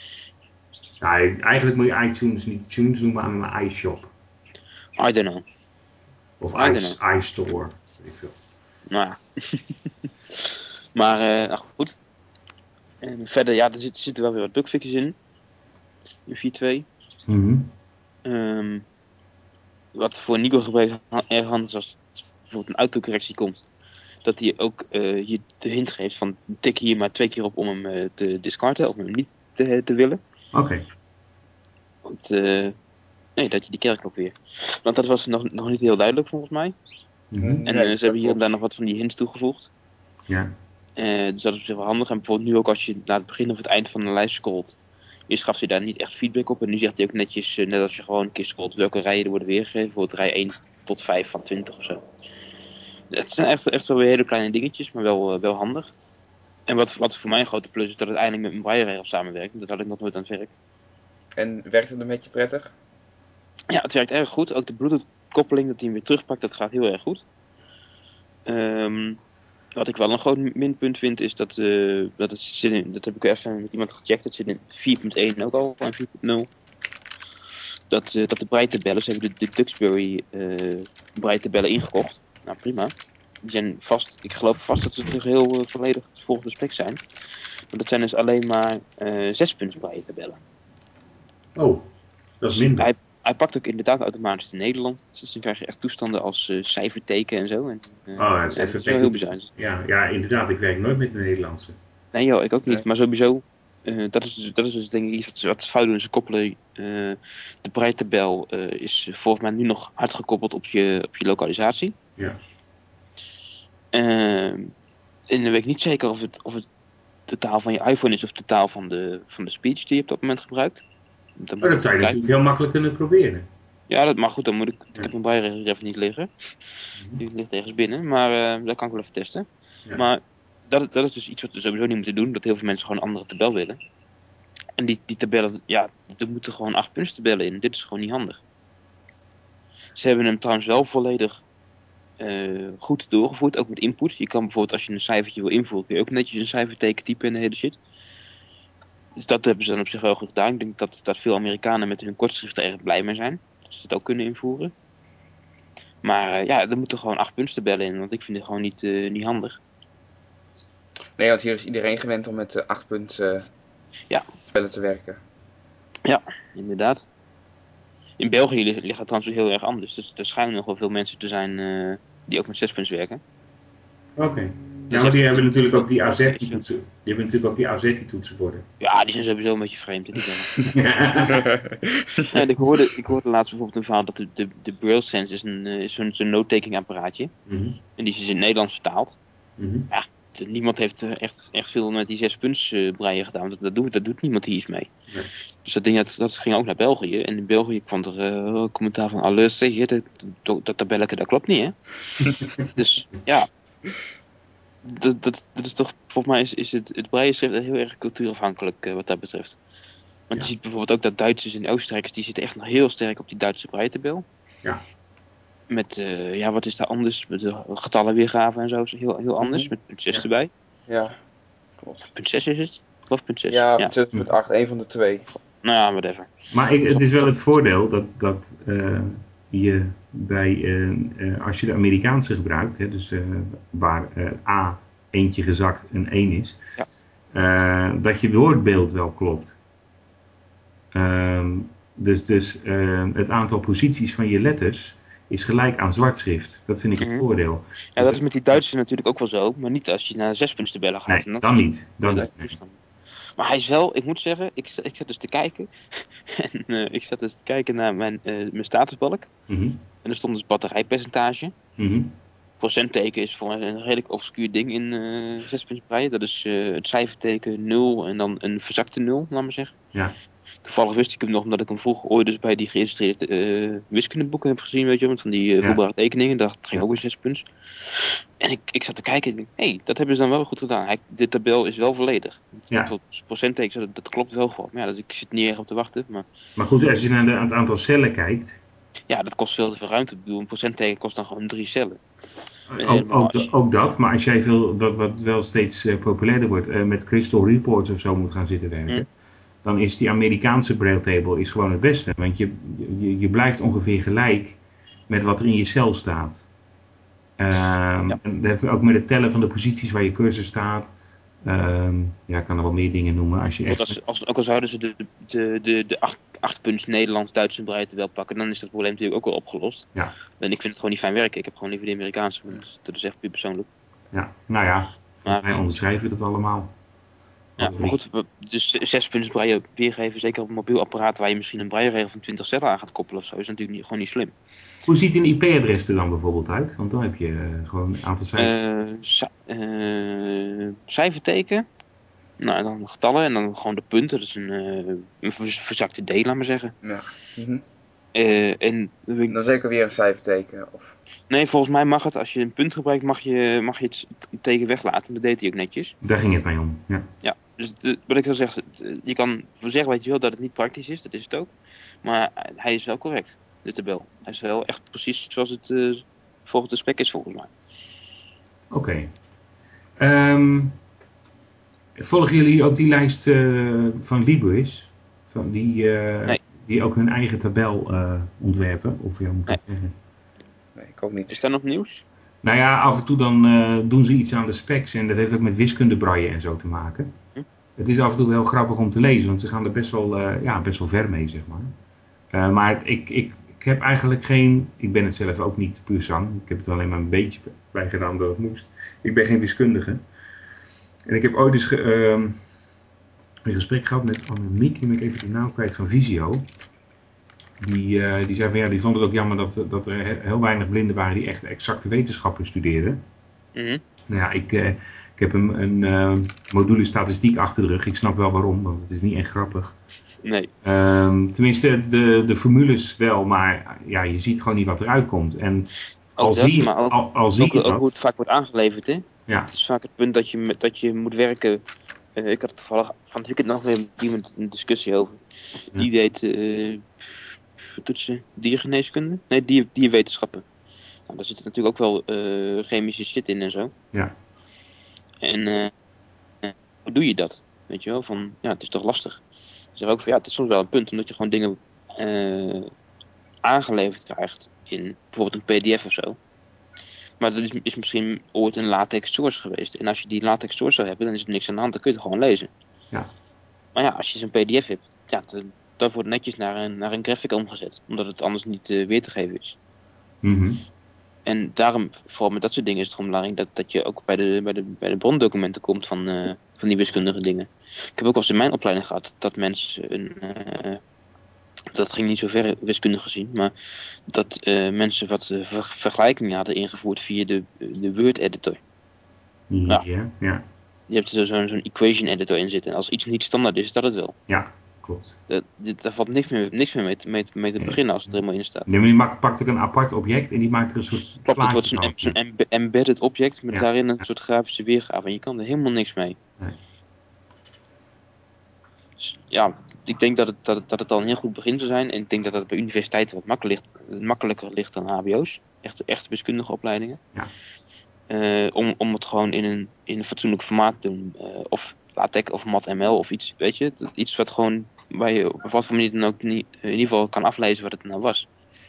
Ja, eigenlijk moet je iTunes niet Tunes noemen, maar een iShop. I don't know. Of I iStore. Weet ik veel. Nou ja. maar uh, nou goed. En verder, ja, er zitten zit wel weer wat bugfixes in. In vier punt twee. Mm-hmm. Um, wat voor Nico gebruik erg handig is als bijvoorbeeld een autocorrectie komt. Dat hij ook uh, je de hint geeft van tik hier maar twee keer op om hem uh, te discarden of hem niet te, te willen. Oké. Okay. Want uh, nee, dat je die kerk weer. Want dat was nog, nog niet heel duidelijk volgens mij. Mm-hmm. En uh, ze hebben hier en daar nog wat van die hints toegevoegd. Ja. Uh, dus dat is op zich wel handig. En bijvoorbeeld nu ook als je naar het begin of het eind van de lijst scrolt. Eerst gaf hij daar niet echt feedback op. En nu zegt hij ook netjes, uh, net als je gewoon een keer scrolt, welke rijen er worden weergegeven. Bijvoorbeeld rij één tot vijf van twintig of zo. Het zijn echt, echt wel weer hele kleine dingetjes, maar wel, uh, wel handig. En wat, wat voor mij een grote plus is dat het eindelijk met mijn brailleregel samenwerkt. Dat had ik nog nooit aan het werk. En werkt het een beetje prettig? Ja, het werkt erg goed. Ook de Bluetooth koppeling, dat hij hem weer terugpakt, dat gaat heel erg goed. Um, wat ik wel een groot minpunt vind, is dat, uh, dat het zit in, dat heb ik even met iemand gecheckt, het zit in vier punt één ook al, en vier punt nul. Dat, uh, dat de breitabellen, ze hebben de, de Duxbury uh, breitabellen ingekocht. Nou prima. Die zijn vast, ik geloof vast dat ze heel uh, volledig volgens de spec zijn. Maar dat zijn dus alleen maar uh, zes punts breitabellen. Oh, dat is minder. Hij, hij pakt ook inderdaad automatisch de Nederland. Dus dan krijg je echt toestanden als uh, cijferteken en zo. En, uh, oh, dat is, ja, even dat is wel heel bizar. Ja, ja, inderdaad. Ik werk nooit met de Nederlandse. Nee joh, ik ook niet. Nee. Maar sowieso, uh, dat, is, dat is dus denk ik iets wat, wat fout doen. Ze koppelen uh, de breitabel uh, is volgens mij nu nog hard gekoppeld op je, op je lokalisatie. Ja. Uh, en dan weet ik niet zeker of het, of het de taal van je iPhone is of de taal van de, van de speech die je op dat moment gebruikt. Dan maar dat zou je natuurlijk heel makkelijk kunnen proberen. Ja, dat mag goed. Dan moet ik, ik heb mijn breiregel even niet liggen. Mm-hmm. Die ligt ergens binnen, maar uh, dat kan ik wel even testen. Ja. Maar dat, dat is dus iets wat we sowieso niet moeten doen, dat heel veel mensen gewoon een andere tabel willen. En die, die tabellen, ja, er moeten gewoon acht punts tabellen in. Dit is gewoon niet handig. Ze hebben hem trouwens wel volledig uh, goed doorgevoerd, ook met input. Je kan bijvoorbeeld als je een cijfertje wil invoeren, kun je ook netjes een cijferteken typen en de hele shit. Dus dat hebben ze dan op zich wel goed gedaan. Ik denk dat, dat veel Amerikanen met hun kortschriften erg blij mee zijn. Dat ze het ook kunnen invoeren. Maar uh, ja, er moeten gewoon acht punts tabellen in, want ik vind het gewoon niet, uh, niet handig. Nee, want hier is iedereen gewend om met uh, acht punt uh, ja. tabellen te werken. Ja, inderdaad. In België ligt het trouwens heel erg anders. Dus er schijnen nog wel veel mensen te zijn uh, die ook met zes punts werken. Oké. Okay. Ja, maar die hebben natuurlijk ook die A Z T-toetsen. Die hebben natuurlijk ook die A Z T-toetsenborden. Ja, die zijn sowieso een beetje vreemd. Die ja, ik, hoorde, ik hoorde laatst bijvoorbeeld een verhaal dat de, de, de Braille Sense is, een, is zo'n, zo'n note-taking apparaatje. Mm-hmm. En die is in het Nederlands vertaald. Mm-hmm. Ja, niemand heeft echt, echt veel met die zes punts uh, breien gedaan. Dat, dat, doet, dat doet niemand hier iets mee. Nee. Dus dat ding dat, dat ging ook naar België. En in België kwam er uh, een commentaar van... Ah, luister, dat, dat, dat tabelletje, dat klopt niet, hè? Dus ja... Dat, dat, dat is toch... Volgens mij is, is het, het breienschrift heel erg cultuurafhankelijk uh, wat dat betreft. Want ja. Je ziet bijvoorbeeld ook dat Duitsers en Oostenrijkers... die zitten echt nog heel sterk op die Duitse breitabel. Ja. Met, uh, ja, wat is daar anders? Met de getallen weergave en zo. Heel, heel anders. Mm-hmm. Met punt zes ja. erbij. Ja, klopt. Punt zes is het? Ik geloof punt zes. Ja, punt zes, punt acht, één van de twee. Nou ja, whatever. Maar ik, het is wel het voordeel dat, dat uh, je bij, uh, uh, als je de Amerikaanse gebruikt, hè, dus uh, waar uh, A eentje gezakt en één is, ja. uh, dat je woordbeeld wel klopt. Uh, dus dus uh, het aantal posities van je letters is gelijk aan zwartschrift. Dat vind ik het mm-hmm. voordeel. Ja, dus dat is met die Duitsers natuurlijk ook wel zo, maar niet als je naar zespuntstabellen gaat. Nee, dan niet. Dan niet. niet. Maar hij is wel, ik moet zeggen, ik, ik zat dus te kijken. en uh, ik zat dus te kijken naar mijn, uh, mijn statusbalk. Mm-hmm. En er stond dus batterijpercentage. Mm-hmm. Procentteken is voor een redelijk obscuur ding in uh, zespuntsbreien. Dat is uh, het cijferteken nul en dan een verzakte nul, laat maar zeggen. Ja. Toevallig wist ik hem nog, omdat ik hem vroeger ooit dus bij die geïllustreerde uh, wiskundeboeken heb gezien, weet je wel, van die uh, voelbare ja. tekeningen. Daar ging ja. ook een zes punt. En ik, ik zat te kijken en ik denk, hé, hey, dat hebben ze dan wel goed gedaan. Hij, de tabel is wel volledig. Ja. Het procentteken, dat, dat klopt wel voor. Maar ja, dus ik zit niet erg op te wachten. Maar, maar goed, als je naar de, het aantal cellen kijkt. Ja, dat kost veel te veel ruimte. Ik bedoel, een procentteken kost dan gewoon drie cellen. Ook, ook, ook dat, maar als jij veel, wat, wat wel steeds uh, populairder wordt, uh, met Crystal Reports of zo moet gaan zitten werken. Mm. Dan is die Amerikaanse Braille table is gewoon het beste. Want je, je, je blijft ongeveer gelijk met wat er in je cel staat. Um, ja. En dat heb je ook met het tellen van de posities waar je cursor staat. Um, ja, ik kan er wel meer dingen noemen. Als je echt... als, als, ook al zouden ze de, de, de, de acht, acht punts Nederlands, Duits en Braille wel pakken, dan is dat probleem natuurlijk ook wel opgelost. Ja. En ik vind het gewoon niet fijn werken. Ik heb gewoon liever de Amerikaanse. Dus dat is echt puur persoonlijk. Ja, nou ja, maar, wij onderschrijven dat allemaal. Ja, maar goed, dus zes punts braille weergeven, zeker op een mobiel apparaat waar je misschien een brailleregel van twintig cellen aan gaat koppelen of zo, is natuurlijk niet, gewoon niet slim. Hoe ziet een I P-adres er dan bijvoorbeeld uit? Want dan heb je uh, gewoon een aantal cijfers. Uh, uh, cijferteken, nou dan getallen en dan gewoon de punten, dat is een, uh, een verzakte D, laat maar zeggen. Ja. Mm-hmm. Uh, en, dan zeker weer een cijferteken? Of... Nee, volgens mij mag het, als je een punt gebruikt, mag je, mag je het teken weglaten. Dat deed hij ook netjes. Daar ging het mee om, ja. Ja, dus de, wat ik wil zeggen, je kan zeggen wat je wil dat het niet praktisch is, dat is het ook. Maar hij is wel correct, de tabel. Hij is wel echt precies zoals het uh, volgens de spec is, volgens mij. Oké. Okay. Um, volgen jullie ook die lijst uh, van Libris? Van die, uh, nee. die ook hun eigen tabel uh, ontwerpen? Of ja, moet ik nee. dat zeggen? Nee, ik ook niet. Is daar nog nieuws? Nou ja, af en toe dan uh, doen ze iets aan de specs en dat heeft ook met wiskundebraille en zo te maken. Hm? Het is af en toe wel grappig om te lezen, want ze gaan er best wel, uh, ja, best wel ver mee, zeg maar. Uh, maar het, ik, ik, ik heb eigenlijk geen, ik ben het zelf ook niet puur zang, ik heb het alleen maar een beetje bij gedaan dat het moest. Ik ben geen wiskundige. En ik heb ooit eens ge, uh, een gesprek gehad met Annemiek, die ben ik even de naam kwijt, van Visio. Die, uh, die zei van ja, die vond het ook jammer dat, dat er heel weinig blinden waren die echt exacte wetenschappen studeerden. Mm-hmm. Nou ja, ik, uh, ik heb een, een uh, module statistiek achter de rug. Ik snap wel waarom, want het is niet echt grappig. Nee. Um, tenminste, de, de formules wel, maar ja, je ziet gewoon niet wat eruit komt. En al ook zie, dat, maar ook, al, al zie ook, je ook dat... hoe het vaak wordt aangeleverd, hè? Ja. Het is vaak het punt dat je, dat je moet werken. Uh, ik had het toevallig van het weekend nog met iemand een discussie over. Die ja. deed... Uh, toetsen, diergeneeskunde? Nee, dier, dierwetenschappen. Nou, daar zit natuurlijk ook wel uh, chemische shit in en zo. Ja. En uh, hoe doe je dat? Weet je wel, van, ja, het is toch lastig. Ik zeg ook van, ja, het is soms wel een punt, omdat je gewoon dingen uh, aangeleverd krijgt in bijvoorbeeld een P D F of zo. Maar dat is, is misschien ooit een latex source geweest. En als je die latex source zou hebben, dan is er niks aan de hand, dan kun je het gewoon lezen. Ja. Maar ja, als je zo'n P D F hebt, ja, dan dat wordt netjes naar een, naar een graphic omgezet, omdat het anders niet uh, weer te geven is. Mm-hmm. En daarom, vooral met dat soort dingen, is het gewoon belangrijk dat, dat je ook bij de, bij de, bij de brondocumenten komt van, uh, van die wiskundige dingen. Ik heb ook al eens in mijn opleiding gehad dat mensen, een, uh, dat ging niet zo ver wiskundig gezien, maar dat uh, mensen wat uh, ver, vergelijkingen hadden ingevoerd via de, de Word editor. Ja, ja. ja. Je hebt er zo'n zo'n equation editor in zitten. En als iets niet standaard is, is dat het wel. Ja, klopt. Dat, dit, daar valt niks meer, niks meer mee, te, mee, mee te beginnen als het er helemaal in staat. Nee, maar die maakt, pakt ook een apart object en die maakt er een soort Klopt, het wordt plaatje zo'n van. em, embedded object met Ja. daarin een soort grafische weergave. En je kan er helemaal niks mee. Nee. Dus, ja, ik denk dat het, dat, het, dat het al een heel goed begin zou zijn. En ik denk dat het bij universiteiten wat makkelijker, makkelijker ligt dan H B O's. Echte, echte wiskundige opleidingen. Ja. Uh, om, om het gewoon in een, in een fatsoenlijk formaat te doen. Uh, of LaTeX of MatML of iets, weet je. Iets wat gewoon, waar je op wat voor manier dan ook niet, in ieder geval kan aflezen wat het nou was.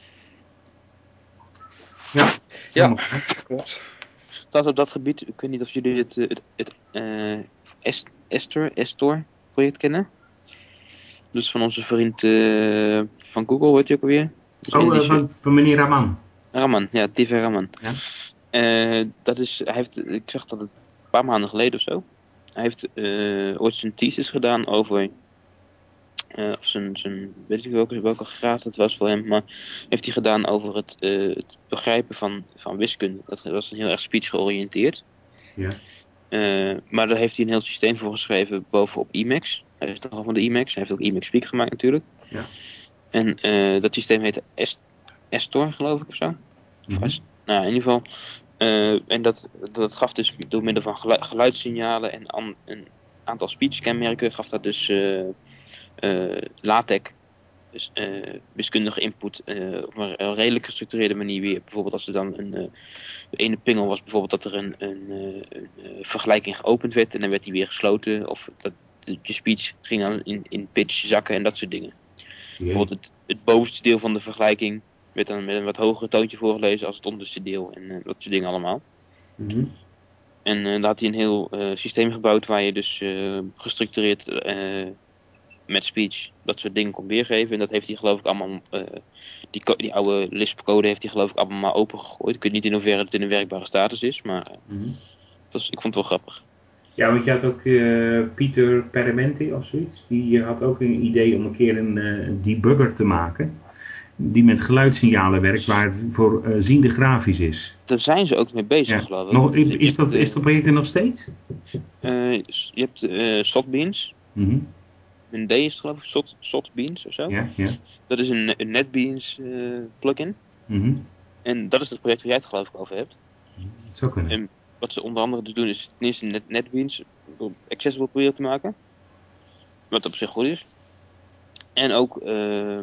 Ja, ja klopt. Dat op dat gebied, ik weet niet of jullie het, het, het uh, Estor, Estor project kennen. Dus van onze vriend uh, van Google, weet je ook alweer? Dus oh, uh, van, van meneer Raman. Raman, ja, T V Raman. Ja. Uh, dat is, hij heeft, ik zag dat het een paar maanden geleden of zo. Hij heeft uh, ooit zijn thesis gedaan over, uh, of zijn, zijn, weet ik welke, welke graad het was voor hem, maar heeft hij gedaan over het, uh, het begrijpen van, van wiskunde. Dat was een heel erg speech georiënteerd. Ja. Uh, maar daar heeft hij een heel systeem voor geschreven bovenop Emacs. Hij is nogal van de Emacs, hij heeft ook Emacs Speak gemaakt natuurlijk. Ja. En uh, dat systeem heette Est- Estor, geloof ik of zo. Mm-hmm. Of, nou, in ieder geval. Uh, en dat, dat gaf dus door middel van gelu- geluidssignalen en an- een aantal speech-kenmerken, gaf dat dus uh, uh, LaTeX, dus uh, wiskundige input, uh, op een, een redelijk gestructureerde manier weer. Bijvoorbeeld als er dan een, uh, de ene pingel was bijvoorbeeld dat er een, een, uh, een uh, vergelijking geopend werd en dan werd die weer gesloten. Of dat de, je speech ging dan in, in pitch zakken en dat soort dingen. Yeah. Bijvoorbeeld het, het bovenste deel van de vergelijking werd dan met een wat hoger toontje voorgelezen als het onderste deel en uh, dat soort dingen allemaal. Mm-hmm. En uh, daar had hij een heel uh, systeem gebouwd waar je dus uh, gestructureerd uh, met speech dat soort dingen kon weergeven. En dat heeft hij geloof ik allemaal, uh, die, die oude Lisp-code heeft hij geloof ik allemaal maar opengegooid. Ik weet niet in hoeverre het in een werkbare status is, maar uh, mm-hmm. dat is, ik vond het wel grappig. Ja, want je had ook uh, Pieter Permenti of zoiets. Die had ook een idee om een keer een uh, debugger te maken. Die met geluidssignalen werkt, waar het voor uh, ziende grafisch is. Daar zijn ze ook mee bezig, ja. geloof ik. Nog, is, dat, hebt, is dat project er nog steeds? Uh, je hebt uh, Sotbeans. Mm-hmm. Een D is het geloof ik, Sot, Sotbeans of zo. Ja, ja. Dat is een, een NetBeans uh, plugin. Mm-hmm. En dat is het project waar jij het geloof ik over hebt. Dat zou kunnen. En wat ze onder andere dus doen is ten eerste net, NetBeans accessible proberen te maken. Wat op zich goed is. En ook uh,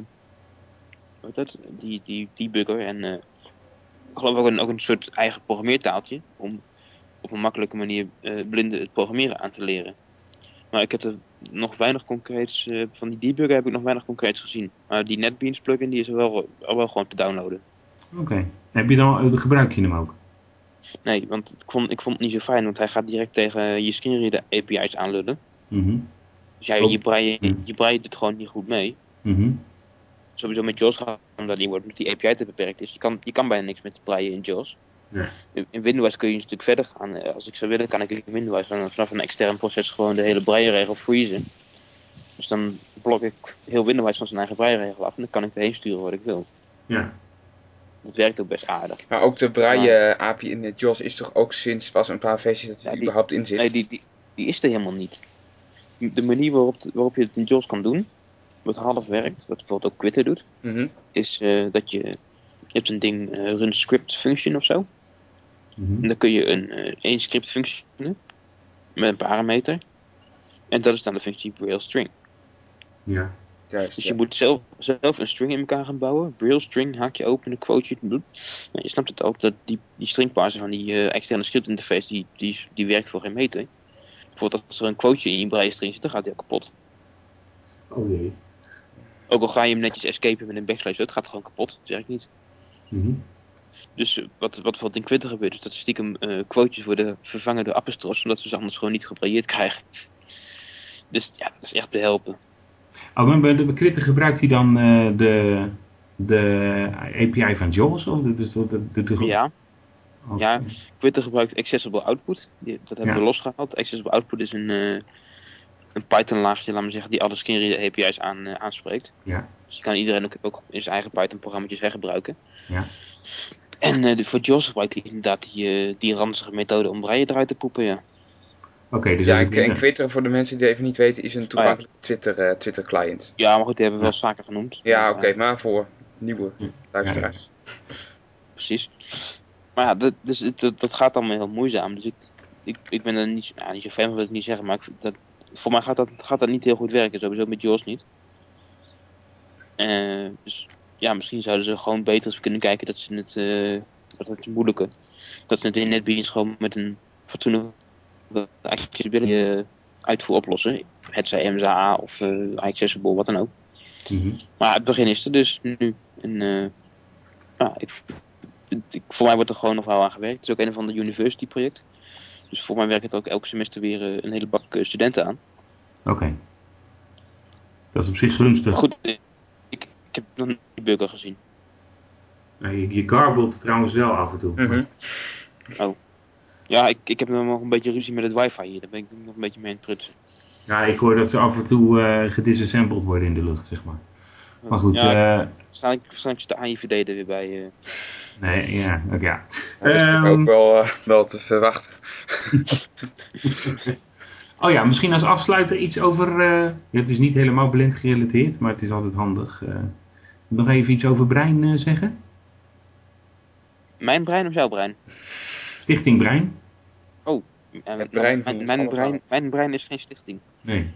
wat dat, die, die debugger en uh, ik geloof ook een, ook een soort eigen programmeertaaltje om op een makkelijke manier uh, blinden het programmeren aan te leren. Maar ik heb er nog weinig concreets, uh, van die debugger heb ik nog weinig concreets gezien. Maar die NetBeans plugin die is er wel, al wel gewoon te downloaden. Oké. Okay. Heb je dan, gebruik je hem ook? Nee, want ik vond, ik vond het niet zo fijn, want hij gaat direct tegen je screenreader A P I's aanlullen. Mm-hmm. Dus jij, je braait je, je braait het gewoon niet goed mee. Mm-hmm. Sowieso met JAWS gaat dat niet worden, omdat die A P I te beperkt is. Je kan, je kan bijna niks met braille in JAWS. Ja. In, in Windows kun je een stuk verder gaan. Als ik zou willen, kan ik in Windows vanaf een extern proces gewoon de hele braille-regel freezen. Dus dan blok ik heel Windows van zijn eigen braille-regel af en dan kan ik erheen sturen wat ik wil. Ja. Dat werkt ook best aardig. Maar ook de braille-A P I in JAWS is toch ook sinds was een paar versies dat die, ja, die überhaupt in zit? Nee, die, die, die is er helemaal niet. De manier waarop, waarop je het in JAWS kan doen, wat half werkt, wat bijvoorbeeld ook Quitter doet, mm-hmm. is uh, dat je, je hebt een ding, uh, run script function of zo. Mm-hmm. En dan kun je een uh, één script functie met een parameter. En dat is dan de functie Braille string. Ja. Juist, dus ja. je moet zelf, zelf een string in elkaar gaan bouwen. Braille string, haakje open, een quoteje. Nou, je snapt het ook, dat die, die stringparser van die uh, externe script interface, die, die, die werkt voor geen meter. Bijvoorbeeld als er een quoteje in je braille string zit, dan gaat hij ook kapot. Oh jee. Ook al ga je hem netjes escapen met een backslash, het gaat gewoon kapot. Dat werkt niet. Mm-hmm. Dus uh, wat, wat bijvoorbeeld in Quitter gebeurt, is dat stiekem uh, quotejes worden vervangen door apostros, omdat we ze anders gewoon niet gebrailleerd krijgen. Dus ja, dat is echt te helpen. Oh, maar bij de Quitter gebruikt hij dan uh, de, de A P I van JAWS? Of de, de, de, de, de... Ja. Okay. Ja, Quitter gebruikt Accessible Output. Die, dat hebben ja. we losgehaald. Accessible Output is een, uh, een Python-laagje, laat maar zeggen, die alle screenreader A P I's aan, uh, aanspreekt. Ja. Dus je kan iedereen ook, ook in zijn eigen Python-programma's hergebruiken. Ja. En uh, voor JAWS gebruikt hij inderdaad die, uh, die ranzige methode om breien eruit te poepen, ja. Oké, okay, dus... Ja, en, en Twitter, voor de mensen die het even niet weten, is een toegankelijke oh, ja. Twitter, uh, Twitter client. Ja, maar goed, die hebben we wel ja. vaker genoemd. Ja, oké, okay, uh, maar voor nieuwe ja. luisteraars. Ja, ja. Precies. Maar ja, dat, dus, dat, dat gaat allemaal heel moeizaam. Dus ik, ik, ik ben er niet, nou, niet zo fan van, wil ik niet zeggen, maar ik, dat, voor mij gaat dat, gaat dat niet heel goed werken, sowieso met JAWS niet. Uh, dus ja, misschien zouden ze gewoon beter eens kunnen kijken dat ze het, uh, dat het moeilijke, dat ze het in NetBeans gewoon met een fatsoenlijke accessibility uh, uitvoer oplossen. Het zij M S A of uh, accessible, wat dan ook. Mm-hmm. Maar het begin is er dus nu. En, uh, ja, ik, ik, voor mij wordt er gewoon nog wel aan gewerkt. Het is ook een van de university project. Dus voor mij werkt het ook elk semester weer uh, een hele bak uh, studenten aan. Oké. Okay. Dat is op zich gunstig. Goed, ik, ik heb nog niet die bugger gezien. Nee, je garbelt trouwens wel af en toe. Mm-hmm. Oh. Ja, ik, ik heb nog een beetje ruzie met het wifi hier. Daar ben ik nog een beetje mee aan het prutsen. Ja, ik hoor dat ze af en toe uh, gedisassembled worden in de lucht, zeg maar. Maar goed. Ja, uh, waarschijnlijk, waarschijnlijk zit de A I V D er weer bij. Uh... Nee, ja, oké. Okay, ja. Dat is um, ook wel, uh, wel te verwachten. Oh ja, misschien als afsluiter iets over... Uh, het is niet helemaal blind gerelateerd, maar het is altijd handig. Uh, nog even iets over Brein uh, zeggen? Mijn brein of jouw brein? Stichting Brein. Oh, uh, het brein mijn, mijn, brein, mijn brein is geen stichting. Nee.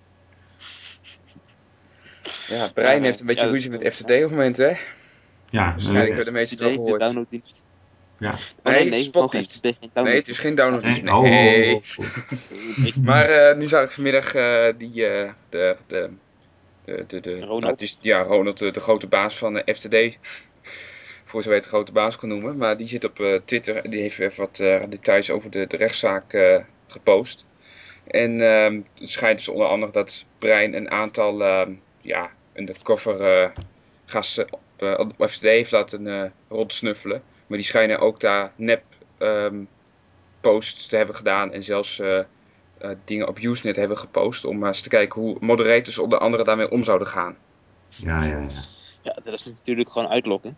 Ja, het brein ja, heeft een beetje ja, ruzie met F T D op het moment, hè? Ja. Waarschijnlijk hebben de meesten het al gehoord. De downloaddienst. Ja. Oh, nee, nee, nee Spotdienst. Nee, het is geen downloaddienst. Nee. nee. Oh, oh, oh. Maar uh, nu zag ik vanmiddag uh, die, uh, de, de, de, de, de Ronald. Nou, het is, ja, Ronald, de, de grote baas van uh, F T D. Voor zover het de grote baas kan noemen. Maar die zit op uh, Twitter. Die heeft even wat uh, details over de, de rechtszaak uh, gepost. En uh, het schijnt dus onder andere dat Brein een aantal uh, ja, undercover uh, gasten op, uh, op F T D heeft laten uh, rondsnuffelen. Maar die schijnen ook daar nep um, posts te hebben gedaan. En zelfs uh, uh, dingen op Usenet hebben gepost. Om uh, eens te kijken hoe moderators onder andere daarmee om zouden gaan. Ja, ja, ja. Ja, dat is natuurlijk gewoon uitlokken.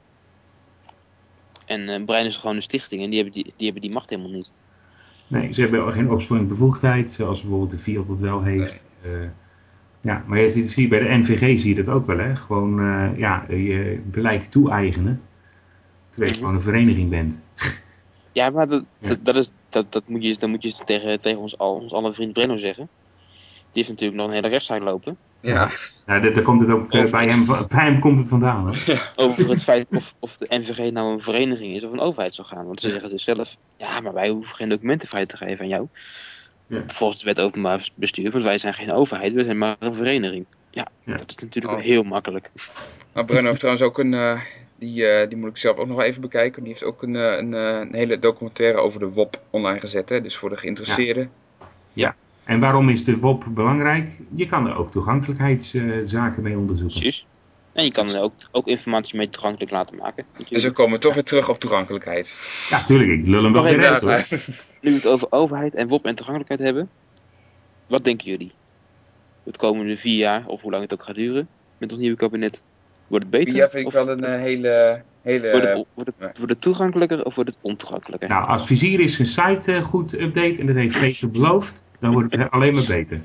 En uh, Brein is gewoon een stichting en die hebben die, die hebben die macht helemaal niet. Nee, ze hebben geen opsporing bevoegdheid, zoals bijvoorbeeld de Fiat dat wel heeft. Nee. Uh, ja, maar je ziet, zie, bij de N V G zie je dat ook wel, hè? Gewoon uh, ja, je beleid toe-eigenen, terwijl je gewoon een vereniging bent. Ja, maar dat, ja. dat, dat, is, dat, dat moet je, dat moet je tegen, tegen ons, al, ons alle vriend Brenno zeggen. Die heeft natuurlijk nog een hele rechtszaak lopen. Ja, ja daar komt het ook uh, bij, hem, bij hem komt het vandaan. Hè? Ja. Over het feit of, of de N V G nou een vereniging is of een overheid zou gaan. Want ze zeggen dus zelf, ja, maar wij hoeven geen documentenvrijheid te geven aan jou. Ja. Volgens de wet openbaar bestuur, want wij zijn geen overheid, we zijn maar een vereniging. Ja, ja. Dat is natuurlijk oh. heel makkelijk. Maar Brenno heeft trouwens ook een, uh, die, uh, die moet ik zelf ook nog even bekijken. Die heeft ook een, uh, een, uh, een hele documentaire over de W O P online gezet. Hè? Dus voor de geïnteresseerden. Ja. ja. En waarom is de W O P belangrijk? Je kan er ook toegankelijkheidszaken mee onderzoeken. Precies. En je kan er ook, ook informatie mee toegankelijk laten maken. Dus we komen toch weer terug op toegankelijkheid. Ja, tuurlijk. Ik lul hem wel weer uit, hoor. Nu we het over overheid en W O P en toegankelijkheid hebben. Wat denken jullie? Het komende vier jaar, of hoe lang het ook gaat duren, met ons nieuwe kabinet. Wordt het beter? Vier jaar vind ik wel een uh, hele... hele wordt, het, wordt, het, wordt het toegankelijker of wordt het ontoegankelijker? Nou, als Vizier zijn site uh, goed update, en dat heeft Peter beloofd, dan wordt het alleen maar beter.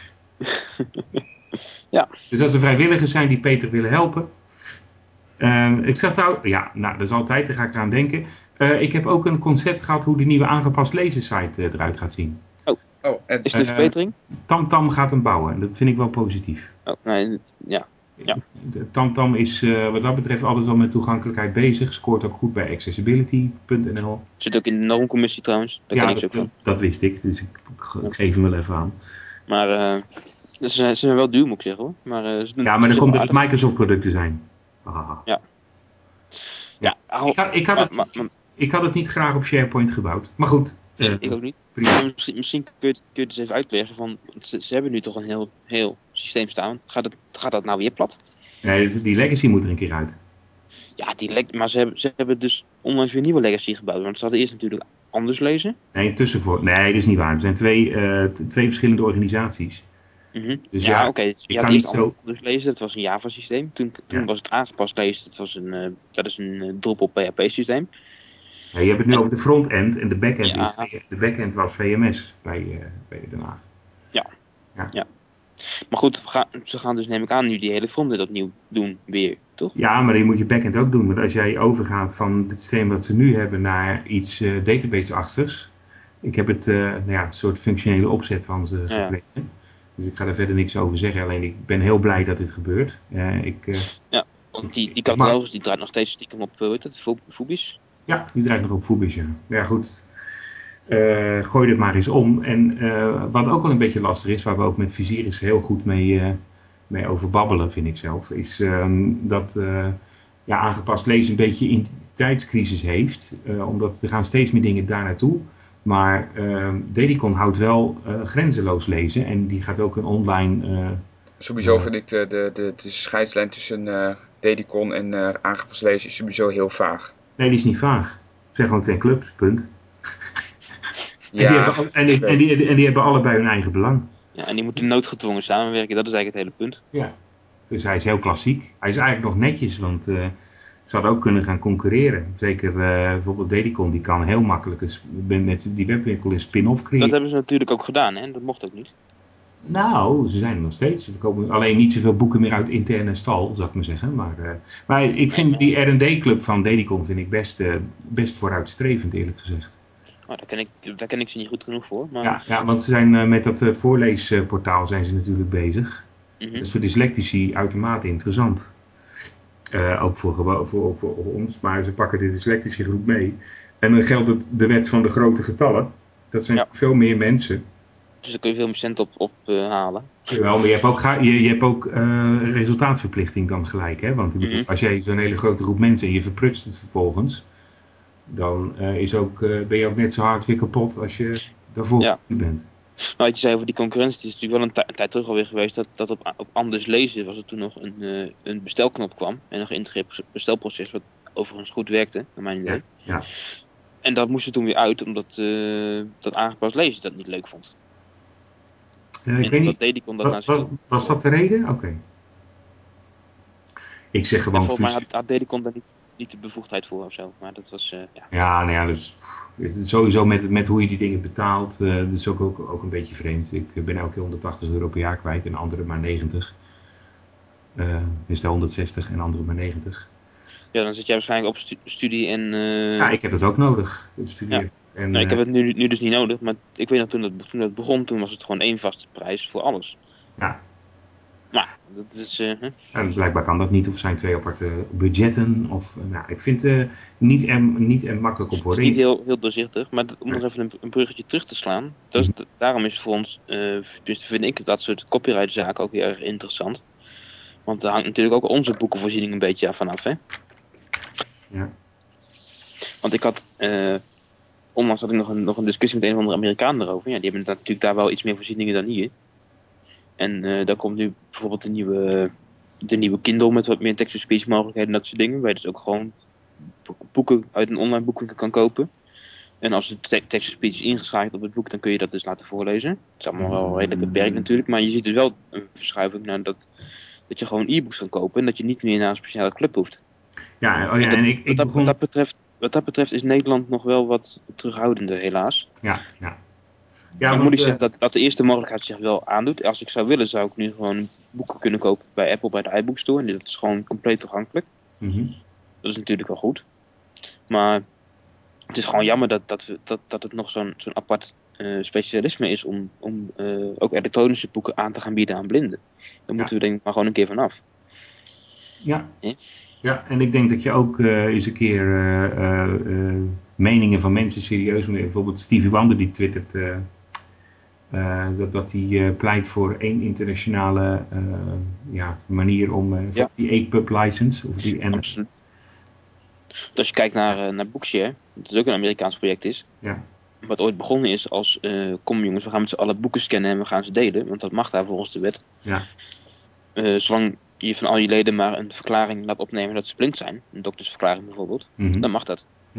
Ja. Dus als er vrijwilligers zijn die Peter willen helpen. Uh, ik zeg trouwens, ja, nou, dat is altijd, daar ga ik aan denken. Uh, ik heb ook een concept gehad hoe de nieuwe aangepast lezersite uh, eruit gaat zien. Oh, oh en, is het een verbetering? Uh, TamTam gaat hem bouwen en dat vind ik wel positief. Oh, nee, ja. Ja. TamTam is uh, wat dat betreft altijd al met toegankelijkheid bezig. Scoort ook goed bij accessibility punt n l. Zit ook in de normcommissie trouwens. Daar ja, ken ik ze ook dat, van. dat wist ik, dus ik, ik geef hem wel even aan. Maar uh, ze, zijn, ze zijn wel duur, moet ik zeggen hoor. Maar, uh, ze doen, ja, maar dan komt het Microsoft producten zijn. Ah. Ja. Ja, ik, had, ik, had maar, het, maar, maar, ik had het niet graag op SharePoint gebouwd. Maar goed. Nee, uh, ik ook niet. Maar misschien, misschien kun, je, kun je het eens even uitleggen. Van, ze, ze hebben nu toch een heel, heel systeem staan. Gaat, het, gaat dat nou weer plat? Nee, die legacy moet er een keer uit. Ja, die leg- maar ze hebben, ze hebben dus onlangs weer een nieuwe legacy gebouwd. Want ze hadden eerst natuurlijk anders lezen. Nee, tussenvoor. Nee, dat is niet waar. Er zijn twee, uh, t- twee verschillende organisaties. Mm-hmm. Dus ja, ja, oké. Okay. Je kan had niet eerst zo... anders lezen, dat was een Java systeem. Toen, toen Ja. was het aangepast lezen, dat, was een, uh, dat is een uh, Drupal P H P systeem. Ja, je hebt het nu en, over de frontend en de backend, ja, is, de backend was V M S bij, uh, bij Den Haag. Ja. Ja. ja. Maar goed, we gaan, ze gaan dus neem ik aan nu die hele frontend opnieuw doen weer, toch? Ja, maar die moet je backend ook doen. Want als jij overgaat van het systeem wat ze nu hebben naar iets uh, database-achtigs. Ik heb het, uh, nou ja, een soort functionele opzet van ze ja. gelezen. Dus ik ga er verder niks over zeggen. Alleen ik ben heel blij dat dit gebeurt. Uh, ik, uh, ja, want die, die catalogus die draait nog steeds stiekem op, hoe heet het, Fubis? Ja, die draait nog op Fubis, ja. Ja, goed. Uh, gooi dit maar eens om. En uh, wat ook wel een beetje lastig is, waar we ook met Viziris heel goed mee, uh, mee over babbelen, vind ik zelf, is uh, dat uh, ja, aangepast lezen een beetje identiteitscrisis heeft. Uh, omdat er gaan steeds meer dingen daar naartoe. Maar uh, Dedicon houdt wel uh, grenzeloos lezen en die gaat ook een online... Uh, sowieso uh, vind ik de, de, de, de scheidslijn tussen uh, Dedicon en uh, aangepast lezen is sowieso heel vaag. Nee, die is niet vaag. Zeg gewoon twee clubs, punt. Ja, en, die hebben, en, die, en, die, en die hebben allebei hun eigen belang. Ja, en die moeten noodgedwongen samenwerken, dat is eigenlijk het hele punt. Ja, dus hij is heel klassiek. Hij is eigenlijk nog netjes, want uh, ze hadden ook kunnen gaan concurreren. Zeker uh, bijvoorbeeld Dedicon, die kan heel makkelijk een, met die webwinkel een spin-off creëren. Dat hebben ze natuurlijk ook gedaan, hè? Dat mocht ook niet. Nou, ze zijn er nog steeds. Ze verkopen alleen niet zoveel boeken meer uit interne stal, zou ik maar zeggen. Maar, uh, maar ik vind die R en D-club van Dedicon vind ik best, uh, best vooruitstrevend, eerlijk gezegd. Oh, daar, ken ik, daar ken ik ze niet goed genoeg voor. Maar... Ja, ja, want ze zijn uh, met dat uh, voorleesportaal zijn ze natuurlijk bezig. Mm-hmm. Dat is voor dyslectici uitermate interessant. Uh, ook voor, voor, voor, voor ons, maar ze pakken de dyslectische groep mee. En dan geldt het de wet van de grote getallen. Dat zijn ja. veel meer mensen. Dus daar kun je veel meer cent op, op uh, halen. Jawel, maar je hebt ook, je, je hebt ook uh, resultaatverplichting dan gelijk. Hè? Want mm-hmm. als jij zo'n hele grote groep mensen en je verprutst het vervolgens, dan uh, is ook, uh, ben je ook net zo hard weer kapot als je daarvoor ja. bent. Nou, wat je zei over die concurrentie, het is natuurlijk wel een, t- een tijd terug alweer geweest dat, dat op, op anders lezen was er toen nog een, uh, een bestelknop kwam. En een geïntegreerd bestelproces wat overigens goed werkte, naar mijn idee. Ja, ja. En dat moest er toen weer uit, omdat uh, dat aangepast lezen dat niet leuk vond. Uh, ik weet niet, deed kon dat wat, wat, was dat de reden? Oké. Okay. Ik zeg gewoon... Ja, volgens mij had, had Dedicon daar niet, niet de bevoegdheid voor of zo, maar dat was... Uh, ja, ja, nou ja, dus... Sowieso met, met hoe je die dingen betaalt, uh, dat is ook, ook, ook een beetje vreemd. Ik ben elke keer honderdtachtig euro per jaar kwijt en anderen maar negentig. Uh, is daar honderdzestig en anderen maar negentig. Ja, dan zit jij waarschijnlijk op stu- studie en... Uh... Ja, ik heb het ook nodig. Ja. En, nou, ik heb het nu, nu dus niet nodig, maar ik weet nog toen dat, toen dat begon, toen was het gewoon één vaste prijs voor alles. Ja. Maar, dat is... Uh, huh? En blijkbaar kan dat niet, of zijn twee aparte budgetten. Of, nou, ik vind het uh, niet, en, niet en makkelijk op worden. Het is niet heel, heel doorzichtig, maar om nog even een, een bruggetje terug te slaan. Dat is, mm-hmm. Daarom is het voor ons, uh, dus vind ik dat soort copyrightzaken ook heel erg interessant. Want daar hangt natuurlijk ook onze boekenvoorziening een beetje vanaf, hè? Ja. Want ik had... Uh, onlangs had ik nog een, nog een discussie met een of andere Amerikaan erover. Ja, die hebben natuurlijk daar wel iets meer voorzieningen dan hier. En uh, daar komt nu bijvoorbeeld de nieuwe, de nieuwe Kindle met wat meer text-to-speech mogelijkheden en dat soort dingen. Waar je dus ook gewoon boeken uit een online boekwinkel kan kopen. En als de te- text-to-speech is ingeschakeld op het boek, dan kun je dat dus laten voorlezen. Het is allemaal wel redelijk beperkt natuurlijk, maar je ziet dus wel een verschuiving naar dat, dat je gewoon e-books kan kopen en dat je niet meer naar een speciale club hoeft. Ja, oh ja, en, dat, en ik, ik wat, dat, begon... wat, dat betreft, wat dat betreft is Nederland nog wel wat terughoudender, helaas. Ja, ja. Ja, dan moet ik zeggen dat, dat de eerste mogelijkheid zich wel aandoet. Als ik zou willen, zou ik nu gewoon boeken kunnen kopen bij Apple, bij de iBook Store. En dat is gewoon compleet toegankelijk. Mm-hmm. Dat is natuurlijk wel goed. Maar het is gewoon jammer dat, dat, we, dat, dat het nog zo'n, zo'n apart uh, specialisme is om, om uh, ook elektronische boeken aan te gaan bieden aan blinden. Daar ja. moeten we denk ik maar gewoon een keer vanaf. Ja. Ja. Ja, en ik denk dat je ook uh, eens een keer uh, uh, uh, meningen van mensen serieus moet nemen. Bijvoorbeeld Stevie Wonder die twittert uh, uh, dat, dat hij uh, pleit voor één internationale uh, ja, manier om uh, ja. die E P U B license. Of die en... Absoluut. Als je kijkt naar, uh, naar Bookshare, dat ook een Amerikaans project is. Ja. Wat ooit begonnen is als, uh, kom jongens, we gaan met z'n allen boeken scannen en we gaan ze delen. Want dat mag daar volgens de wet. Ja. Uh, zolang je van al je leden maar een verklaring laat opnemen dat ze blind zijn, een doktersverklaring bijvoorbeeld, mm-hmm. dan mag dat.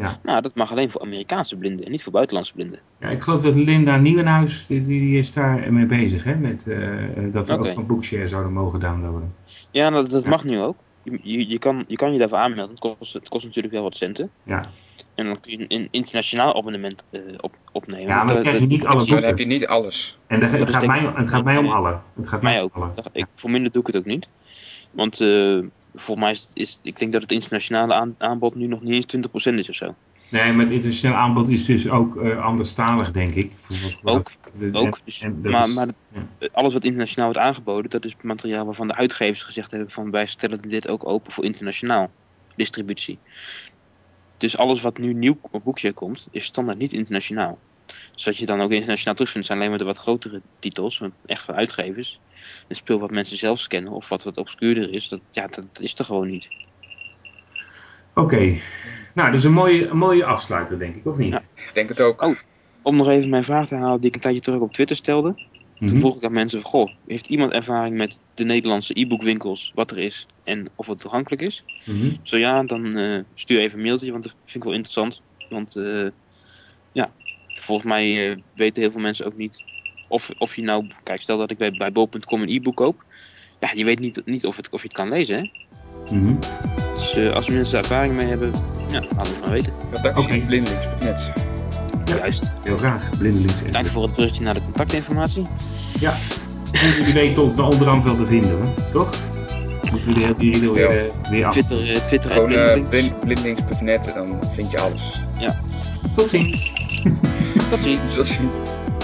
Ja. Nou, dat mag alleen voor Amerikaanse blinden en niet voor buitenlandse blinden. Ja, ik geloof dat Linda Nieuwenhuis, die, die is daar mee bezig, hè? Met, uh, dat we Oké. ook van Bookshare zouden mogen downloaden. Ja, dat, dat Ja. mag nu ook. Je, je, je, kan, je kan je daarvoor aanmelden. Het kost, het kost natuurlijk wel wat centen. Ja, En dan kun je een internationaal abonnement uh, op, opnemen. ja maar dan krijg je niet alle Maar dan boeken. heb je niet alles. En dat, het, Dat is gaat denk mij, ik- het gaat mij om nee, alle. Het gaat Mij mij ook. om alle. Dat- Ja. ik, voor minder doe ik het ook niet. Want uh, volgens mij is, is... Ik denk dat het internationale aan, aanbod nu nog niet eens twintig procent is of zo. Nee, met internationaal aanbod is dus ook uh, anderstalig, denk ik. Voor, voor Ook, de- ook. en- Dus, en dat maar is- maar ja. alles wat internationaal wordt aangeboden, dat is materiaal waarvan de uitgevers gezegd hebben van wij stellen dit ook open voor internationaal distributie. Dus alles wat nu nieuw op Bookshare komt, is standaard niet internationaal. Dus wat je dan ook internationaal terugvindt, zijn alleen maar de wat grotere titels, van- echt van uitgevers. Een speel wat mensen zelf scannen of wat wat obscuurder is, dat, ja, dat is er gewoon niet. Oké. Nou, dus een mooie, een mooie afsluiter, denk ik, of niet? Ja. Ik denk het ook. Oh. Om nog even mijn vraag te halen die ik een tijdje terug op Twitter stelde. Toen Mhm. vroeg ik aan mensen van, goh, heeft iemand ervaring met de Nederlandse e-bookwinkels, wat er is en of het toegankelijk is? Mhm. Zo ja, dan uh, stuur even een mailtje, want dat vind ik wel interessant. Want uh, ja, volgens mij uh, weten heel veel mensen ook niet of, of je nou... Kijk, stel dat ik bij, bij bol punt com een e-book koop. Ja, je weet niet, niet of, het, of je het kan lezen, hè? Mhm. Dus uh, als mensen er ervaring mee hebben, ja, laat het maar weten. Redactie Oké. blindelings punt net. Ja. Juist. Heel graag. Blindelings. Dank voor het bruggetje naar de contactinformatie. Ja. En jullie weten ons dan onderhand wel te vinden, hoor. Toch? Moeten we de hele die weer, uh, weer af. Twitter, uh, Twitter Gewoon en uh, Blindelings. blindelings punt net en dan vind je alles. Tot ziens. Tot ziens. Tot ziens.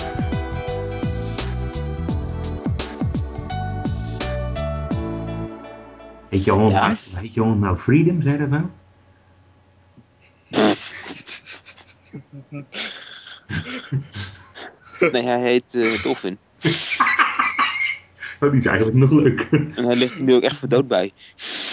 Heet je hond, Ja. heet je hond nou Freedom, zei dat nou? Nee, hij heet uh, Dolphin. Oh, die is eigenlijk nog leuk. En hij ligt er nu ook echt voor dood bij.